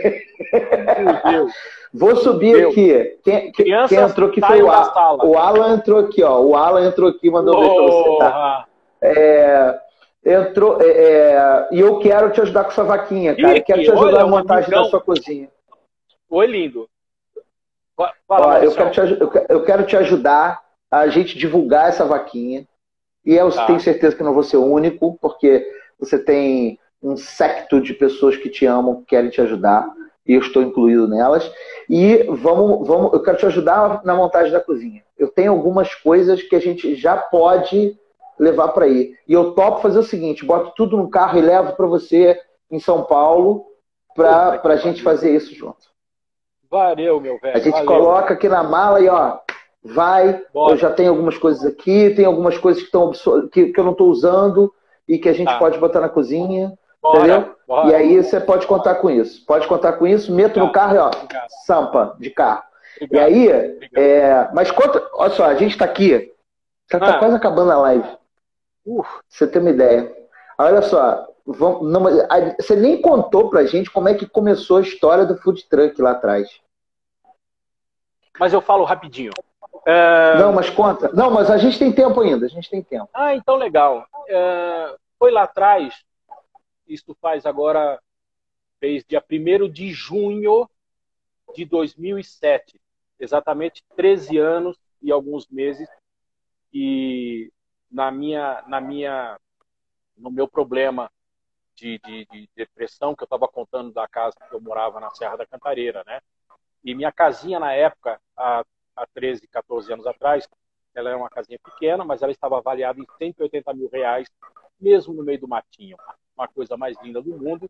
Meu Deus! Vou subir Meu. aqui. Quem, quem entrou aqui foi o Alan. O Alan entrou aqui, ó. O Alan entrou aqui e mandou ver para você, tá? É, entrou, é, é, e eu quero te ajudar com essa vaquinha, cara. Eu quero te ajudar na montagem da sua cozinha. Oi, lindo. Fala, ó, eu, quero te, eu, eu quero te ajudar a gente divulgar essa vaquinha. E eu tá. tenho certeza que não vou ser o único, porque você tem um séquito de pessoas que te amam, que querem te ajudar, e eu estou incluído nelas. E vamos, vamos, eu quero te ajudar na montagem da cozinha. Eu tenho algumas coisas que a gente já pode levar para aí. E eu topo fazer o seguinte, boto tudo no carro e levo para você em São Paulo, para a gente fazer isso junto. Valeu, meu velho. A gente valeu. coloca aqui na mala e ó, Vai, Bora. Eu já tenho algumas coisas aqui, tem algumas coisas que, estão, que, que eu não estou usando e que a gente tá. pode botar na cozinha. Bora, entendeu? Bora. E aí você pode contar com isso. Pode contar com isso, meto Obrigado. no carro e ó, Obrigado. sampa de carro. Obrigado. E aí, é, mas conta, olha só, a gente está aqui, já está ah. quase acabando a live. Uh. Você tem uma ideia. Olha só, vamos, não, você nem contou pra gente como é que começou a história do food truck lá atrás. Mas eu falo rapidinho. É... Não, mas conta. Não, mas a gente tem tempo ainda, a gente tem tempo. Ah, então legal. É... Foi lá atrás, isso faz agora, fez dia primeiro de junho de dois mil e sete. Exatamente treze anos e alguns meses. E na minha, na minha, no meu problema de, de, de depressão, que eu estava contando da casa que eu morava na Serra da Cantareira, né? E minha casinha na época, há, há treze, quatorze anos atrás, ela era uma casinha pequena, mas ela estava avaliada em cento e oitenta mil reais, mesmo no meio do matinho. Uma coisa mais linda do mundo.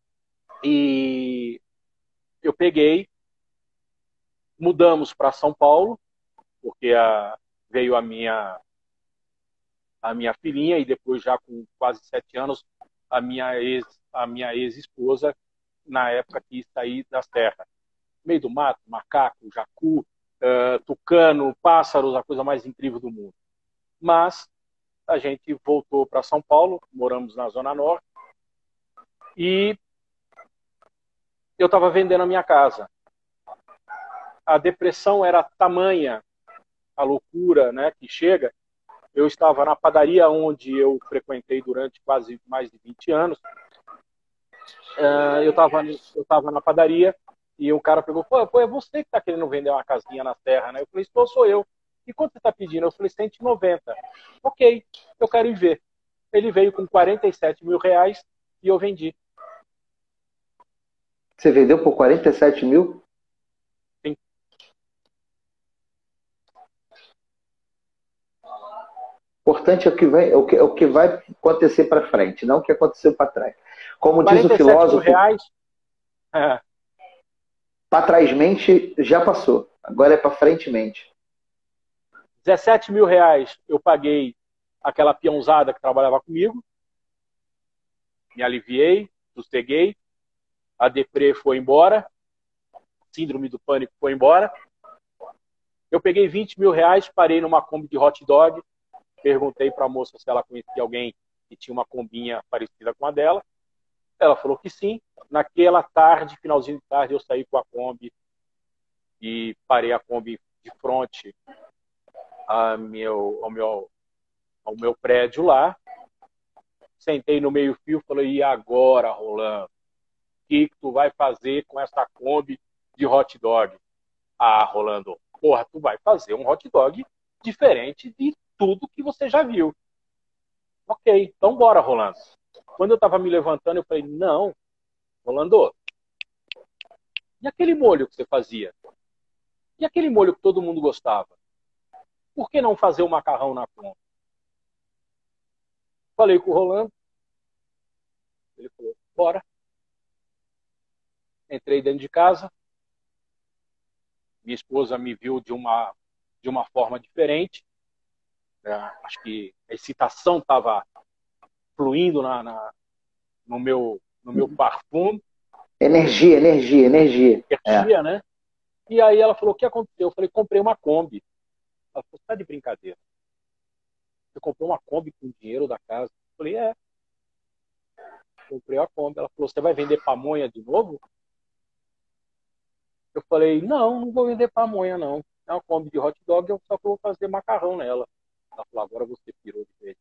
E eu peguei, mudamos para São Paulo, porque a, veio a minha, a minha filhinha, e depois, já com quase sete anos, a minha ex, a minha ex-esposa, na época, quis sair da serra. Meio do mato, macaco, jacu, uh, tucano, pássaros, a coisa mais incrível do mundo. Mas a gente voltou para São Paulo, moramos na Zona Norte, e eu estava vendendo a minha casa. A depressão era tamanha, a loucura, né, que chega. Eu estava na padaria onde eu frequentei durante quase mais de vinte anos. Uh, eu estava eu tava na padaria, e o cara pegou, pô, pô, é você que está querendo vender uma casinha na terra, né? Eu falei, estou, sou eu. E quanto você está pedindo? Eu falei, cento e noventa. Ok, eu quero ir ver. Ele veio com quarenta e sete mil reais e eu vendi. Você vendeu por quarenta e sete mil? Sim. O importante é o que vai, é o que, é o que vai acontecer para frente, não o que aconteceu para trás. Como diz o filósofo... reais? É. Para trás mente já passou. Agora é para frente mente. dezessete mil reais eu paguei aquela peãozada que trabalhava comigo. Me aliviei, sosseguei. A deprê foi embora. Síndrome do pânico foi embora. Eu peguei vinte mil reais, parei numa Kombi de hot dog. Perguntei para a moça se ela conhecia alguém que tinha uma combinha parecida com a dela. Ela falou que sim. Naquela tarde, finalzinho de tarde, eu saí com a Kombi e parei a Kombi de frente a meu, ao, meu, ao meu prédio lá. Sentei no meio-fio e falei, e agora, Rolando? O que, que tu vai fazer com essa Kombi de hot dog? Ah, Rolando, porra, tu vai fazer um hot dog diferente de tudo que você já viu. Ok, então bora, Rolando. Quando eu estava me levantando, eu falei, não, Rolando, e aquele molho que você fazia? E aquele molho que todo mundo gostava? Por que não fazer o macarrão na Kombi? Falei com o Rolando. Ele falou, bora. Entrei dentro de casa. Minha esposa me viu de uma, de uma forma diferente. É, acho que a excitação estava fluindo na, na, no meu, no meu perfume. Energia, energia, energia. Energia, é. né? E aí ela falou, o que aconteceu? Eu falei, comprei uma Kombi. Ela falou, você tá de brincadeira? Você comprou uma Kombi com o dinheiro da casa? Eu falei, é. Comprei a Kombi. Ela falou, você vai vender pamonha de novo? Eu falei, não, não vou vender pamonha, não. É uma Kombi de hot dog, eu só vou fazer macarrão nela. Ela falou, agora você pirou de vez.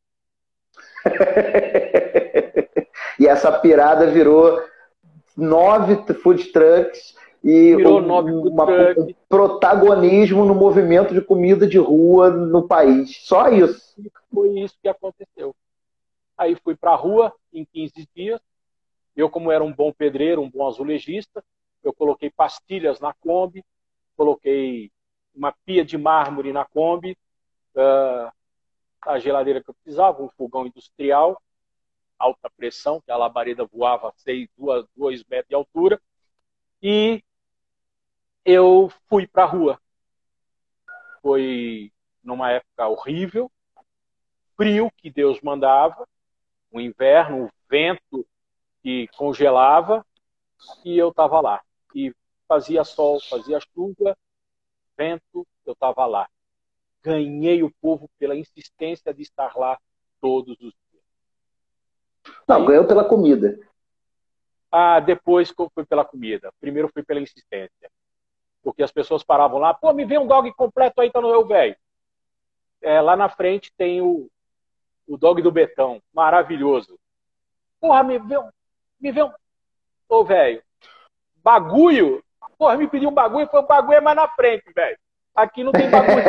E essa pirada virou nove food trucks e virou um, nove food uma, truck. um protagonismo no movimento de comida de rua no país. Só isso. E foi isso que aconteceu. Aí fui para a rua em quinze dias. Eu, como era um bom pedreiro, um bom azulejista, eu coloquei pastilhas na Kombi, coloquei uma pia de mármore na Kombi, uh, a geladeira que eu precisava, um fogão industrial, alta pressão, que a labareda voava seis, duas, dois metros de altura, e eu fui para a rua. foi numa época horrível, frio que Deus mandava, um inverno, um vento que congelava, e eu estava lá. E fazia sol, fazia chuva, vento, eu estava lá. Ganhei o povo pela insistência de estar lá todos os dias. Não, aí, ganhou pela comida. Ah, depois foi pela comida. Primeiro foi pela insistência. Porque as pessoas paravam lá, pô, me vê um dog completo aí, tá no meu velho. É, lá na frente tem o, o dog do Betão, maravilhoso. Porra, me vê um... Me vê um... Ô, velho, bagulho? Porra, me pediu um bagulho, foi um bagulho é mais na frente, velho. Aqui não tem bagulho,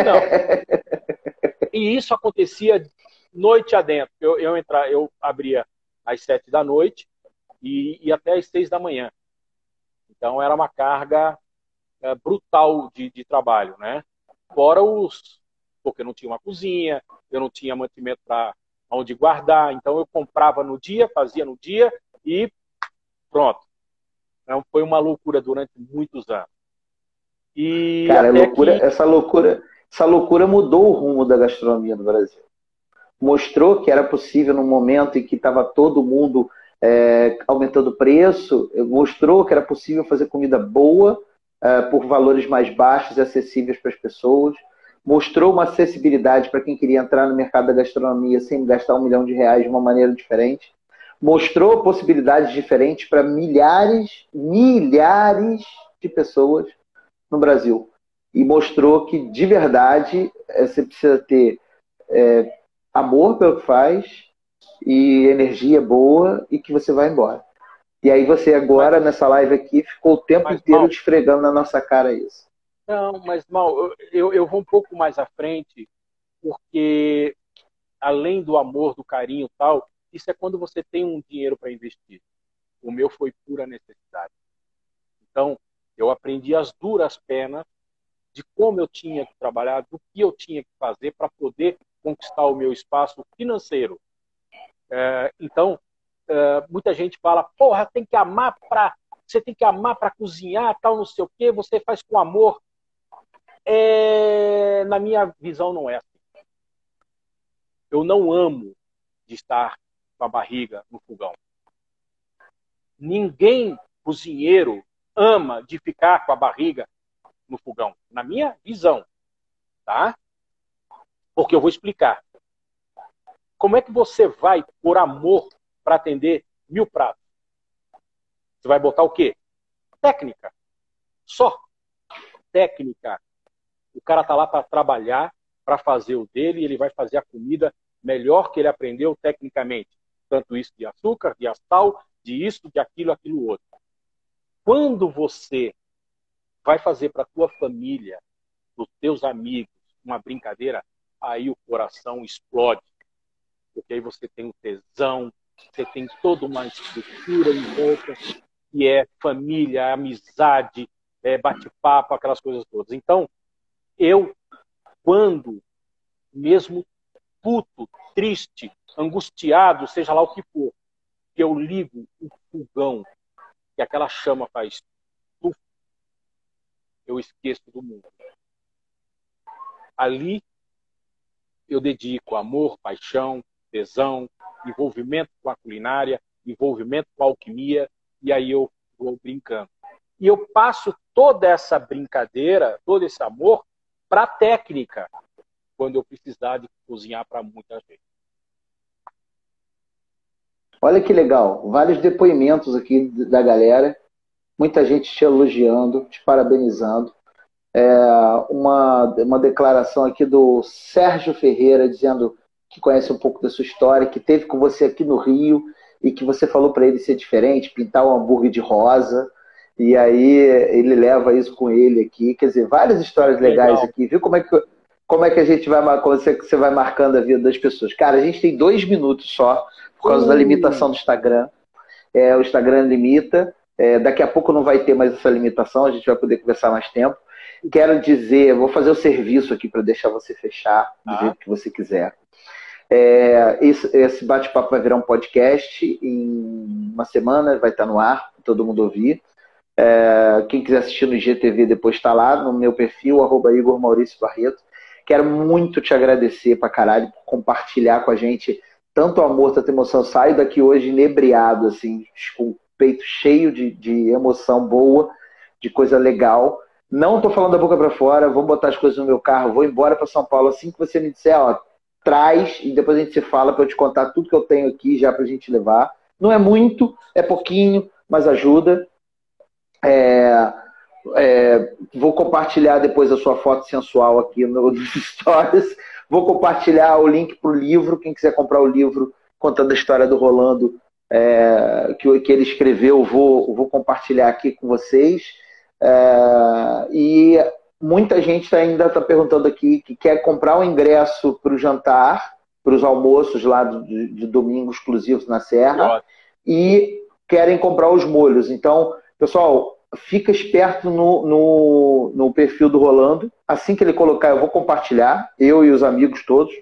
não. E isso acontecia noite adentro. Eu, eu, entra, eu abria às sete da noite e, e até às seis da manhã. Então era uma carga é, brutal de, de trabalho, né? Fora os... Porque não tinha uma cozinha, eu não tinha mantimento para onde guardar. Então eu comprava no dia, fazia no dia e pronto. Então foi uma loucura durante muitos anos. E Cara, até loucura, que... essa loucura, essa loucura mudou o rumo da gastronomia no Brasil. Mostrou que era possível num momento em que estava todo mundo é, aumentando o preço, mostrou que era possível fazer comida boa é, por valores mais baixos e acessíveis para as pessoas. Mostrou uma acessibilidade para quem queria entrar no mercado da gastronomia sem gastar um milhão de reais de uma maneira diferente. Mostrou possibilidades diferentes para milhares, milhares de pessoas no Brasil. E mostrou que, de verdade, você precisa ter é, amor pelo que faz e energia boa e que você vai embora. E aí você agora, nessa live aqui, ficou o tempo mas, inteiro Mal, esfregando na nossa cara isso. Não, mas, Mal, eu, eu vou um pouco mais à frente, porque além do amor, do carinho e tal, isso é quando você tem um dinheiro para investir. O meu foi pura necessidade. Então, eu aprendi as duras penas de como eu tinha que trabalhar, do que eu tinha que fazer para poder conquistar o meu espaço financeiro. É, então, é, muita gente fala, porra, tem que amar para, você tem que amar para cozinhar, tal, não sei o quê, você faz com amor. É, na minha visão, não é assim. Eu não amo de estar com a barriga no fogão. Ninguém, cozinheiro, ama de ficar com a barriga no fogão, na minha visão, tá? Porque eu vou explicar. Como é que você vai, por amor, para atender mil pratos? Você vai botar o quê? Técnica. Só. Técnica. O cara tá lá para trabalhar, para fazer o dele, e ele vai fazer a comida melhor que ele aprendeu tecnicamente. Tanto isso de açúcar, de sal, de isso, de aquilo, aquilo outro. Quando você vai fazer para a tua família, para os teus amigos, uma brincadeira, aí o coração explode. Porque aí você tem o tesão, você tem toda uma estrutura em volta, que é família, amizade, é bate-papo, aquelas coisas todas. Então, eu, quando, mesmo puto, triste, angustiado, seja lá o que for, que eu ligo o fogão, que aquela chama faz tuf, eu esqueço do mundo. Ali eu dedico amor, paixão, tesão, envolvimento com a culinária, envolvimento com a alquimia, e aí eu vou brincando. E eu passo toda essa brincadeira, todo esse amor, para a técnica, quando eu precisar de cozinhar para muita gente. Olha que legal, vários depoimentos aqui da galera, muita gente te elogiando, te parabenizando. É, uma, uma declaração aqui do Sérgio Ferreira, dizendo que conhece um pouco da sua história, que teve com você aqui no Rio, e que você falou para ele ser diferente, pintar um hambúrguer de rosa, e aí ele leva isso com ele aqui. Quer dizer, várias histórias legais legal. Aqui. Viu como é que, como é que a gente vai, como você, você vai marcando a vida das pessoas? Cara, a gente tem dois minutos só, por causa uh. da limitação do Instagram. É, o Instagram limita. É, daqui a pouco não vai ter mais essa limitação, a gente vai poder conversar mais tempo. Quero dizer, vou fazer o serviço aqui para deixar você fechar do ah. jeito que você quiser. É, esse, esse bate-papo vai virar um podcast em uma semana, vai estar no ar, para todo mundo ouvir. É, quem quiser assistir no I G T V depois está lá no meu perfil, arroba Igor Maurício Barreto. Quero muito te agradecer pra caralho por compartilhar com a gente tanto amor, tanta emoção. Eu saio daqui hoje inebriado, assim, com o peito cheio de, de emoção boa, de coisa legal. Não tô falando da boca para fora, vou botar as coisas no meu carro, vou embora para São Paulo. Assim que você me disser, ó, traz, e depois a gente se fala para eu te contar tudo que eu tenho aqui já pra gente levar. Não é muito, é pouquinho, mas ajuda. É, é, vou compartilhar depois a sua foto sensual aqui no, nos stories. Vou compartilhar o link pro livro, quem quiser comprar o livro contando a história do Rolando, é, que, que ele escreveu, vou, vou compartilhar aqui com vocês. É, e muita gente ainda está perguntando aqui que quer comprar um ingresso para o jantar, para os almoços lá de, de domingo exclusivos na Serra, e querem comprar os molhos. Então, pessoal, fica esperto no, no, no perfil do Rolando. Assim que ele colocar, eu vou compartilhar, eu e os amigos todos.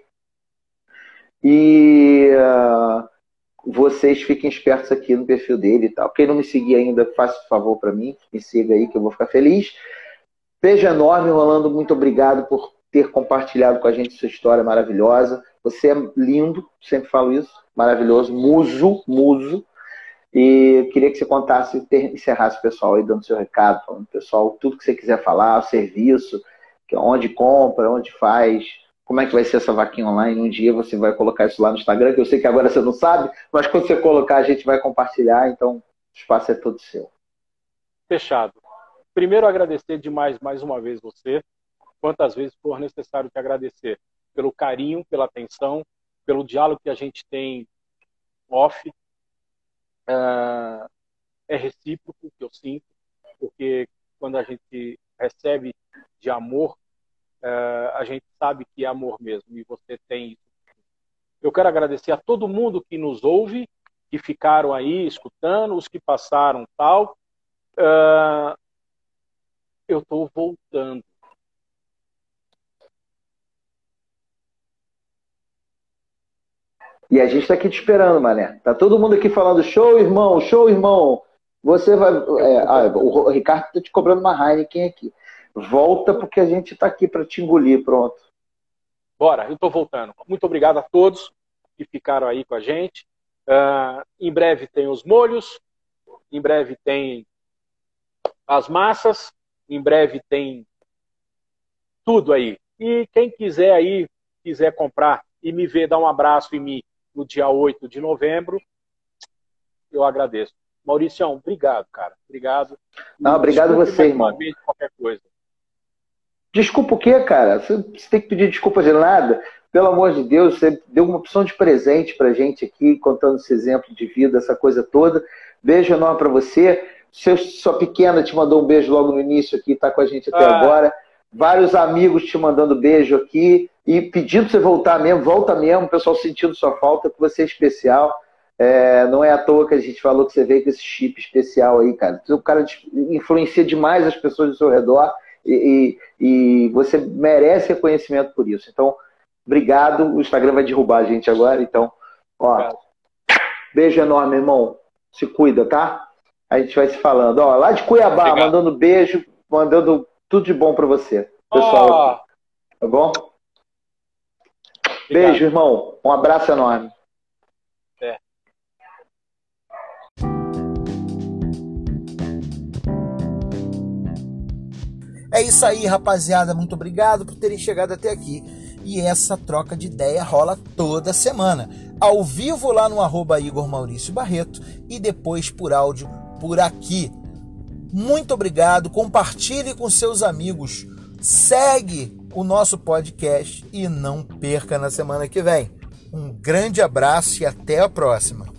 E uh, vocês fiquem espertos aqui no perfil dele e tal. Quem não me seguir ainda, faça um favor para mim, me siga aí que eu vou ficar feliz. Beijo enorme, Rolando, muito obrigado por ter compartilhado com a gente sua história maravilhosa. Você é lindo, sempre falo isso, maravilhoso, muso, muso. E eu queria que você contasse, encerrasse o pessoal aí, dando seu recado, falando pessoal, tudo que você quiser falar, o serviço, onde compra, onde faz, como é que vai ser essa vaquinha online. Um dia você vai colocar isso lá no Instagram, que eu sei que agora você não sabe, mas quando você colocar a gente vai compartilhar, então o espaço é todo seu. Fechado. Primeiro, agradecer demais mais uma vez você, quantas vezes for necessário te agradecer, pelo carinho, pela atenção, pelo diálogo que a gente tem off. Uh, é recíproco, que eu sinto, porque quando a gente recebe de amor, uh, a gente sabe que é amor mesmo, e você tem isso. Eu quero agradecer a todo mundo que nos ouve, que ficaram aí escutando, os que passaram tal. Uh, eu estou voltando. E a gente está aqui te esperando, mané. Tá todo mundo aqui falando, show, irmão, show, irmão. Você vai... É, ah, o Ricardo está te cobrando uma Heineken aqui. Volta porque a gente está aqui para te engolir, pronto. Bora, eu estou voltando. Muito obrigado a todos que ficaram aí com a gente. Uh, em breve tem os molhos, em breve tem as massas, em breve tem tudo aí. E quem quiser aí, quiser comprar e me ver, dar um abraço em mim no dia oito de novembro, eu agradeço. Mauricião, obrigado, cara. Obrigado. Não, obrigado você, irmão. Vez, qualquer coisa. Desculpa o quê, cara? Você tem que pedir desculpa de nada. Pelo amor de Deus, você deu uma opção de presente pra gente aqui, contando esse exemplo de vida, essa coisa toda. Beijo enorme pra você. Seu, sua pequena te mandou um beijo logo no início aqui, tá com a gente até ah. agora. Vários amigos te mandando beijo aqui e pedindo pra você voltar mesmo, volta mesmo, o pessoal sentindo sua falta, que você é especial. É, não é à toa que a gente falou que você veio com esse chip especial aí, cara. O cara influencia demais as pessoas do seu redor e, e, e você merece reconhecimento por isso. Então, obrigado. O Instagram vai derrubar a gente agora, então, ó, obrigado. Beijo enorme, irmão. Se cuida, tá? A gente vai se falando. Ó, lá de Cuiabá, obrigado. Mandando beijo, mandando tudo de bom pra você, pessoal. Oh. Tá bom? Obrigado. Beijo, irmão. Um abraço enorme. É. É isso aí, rapaziada. Muito obrigado por terem chegado até aqui. E essa troca de ideia rola toda semana. Ao vivo lá no arroba Igor Maurício Barreto e depois por áudio por aqui. Muito obrigado. Compartilhe com seus amigos. Segue o nosso podcast e não perca na semana que vem. Um grande abraço e até a próxima.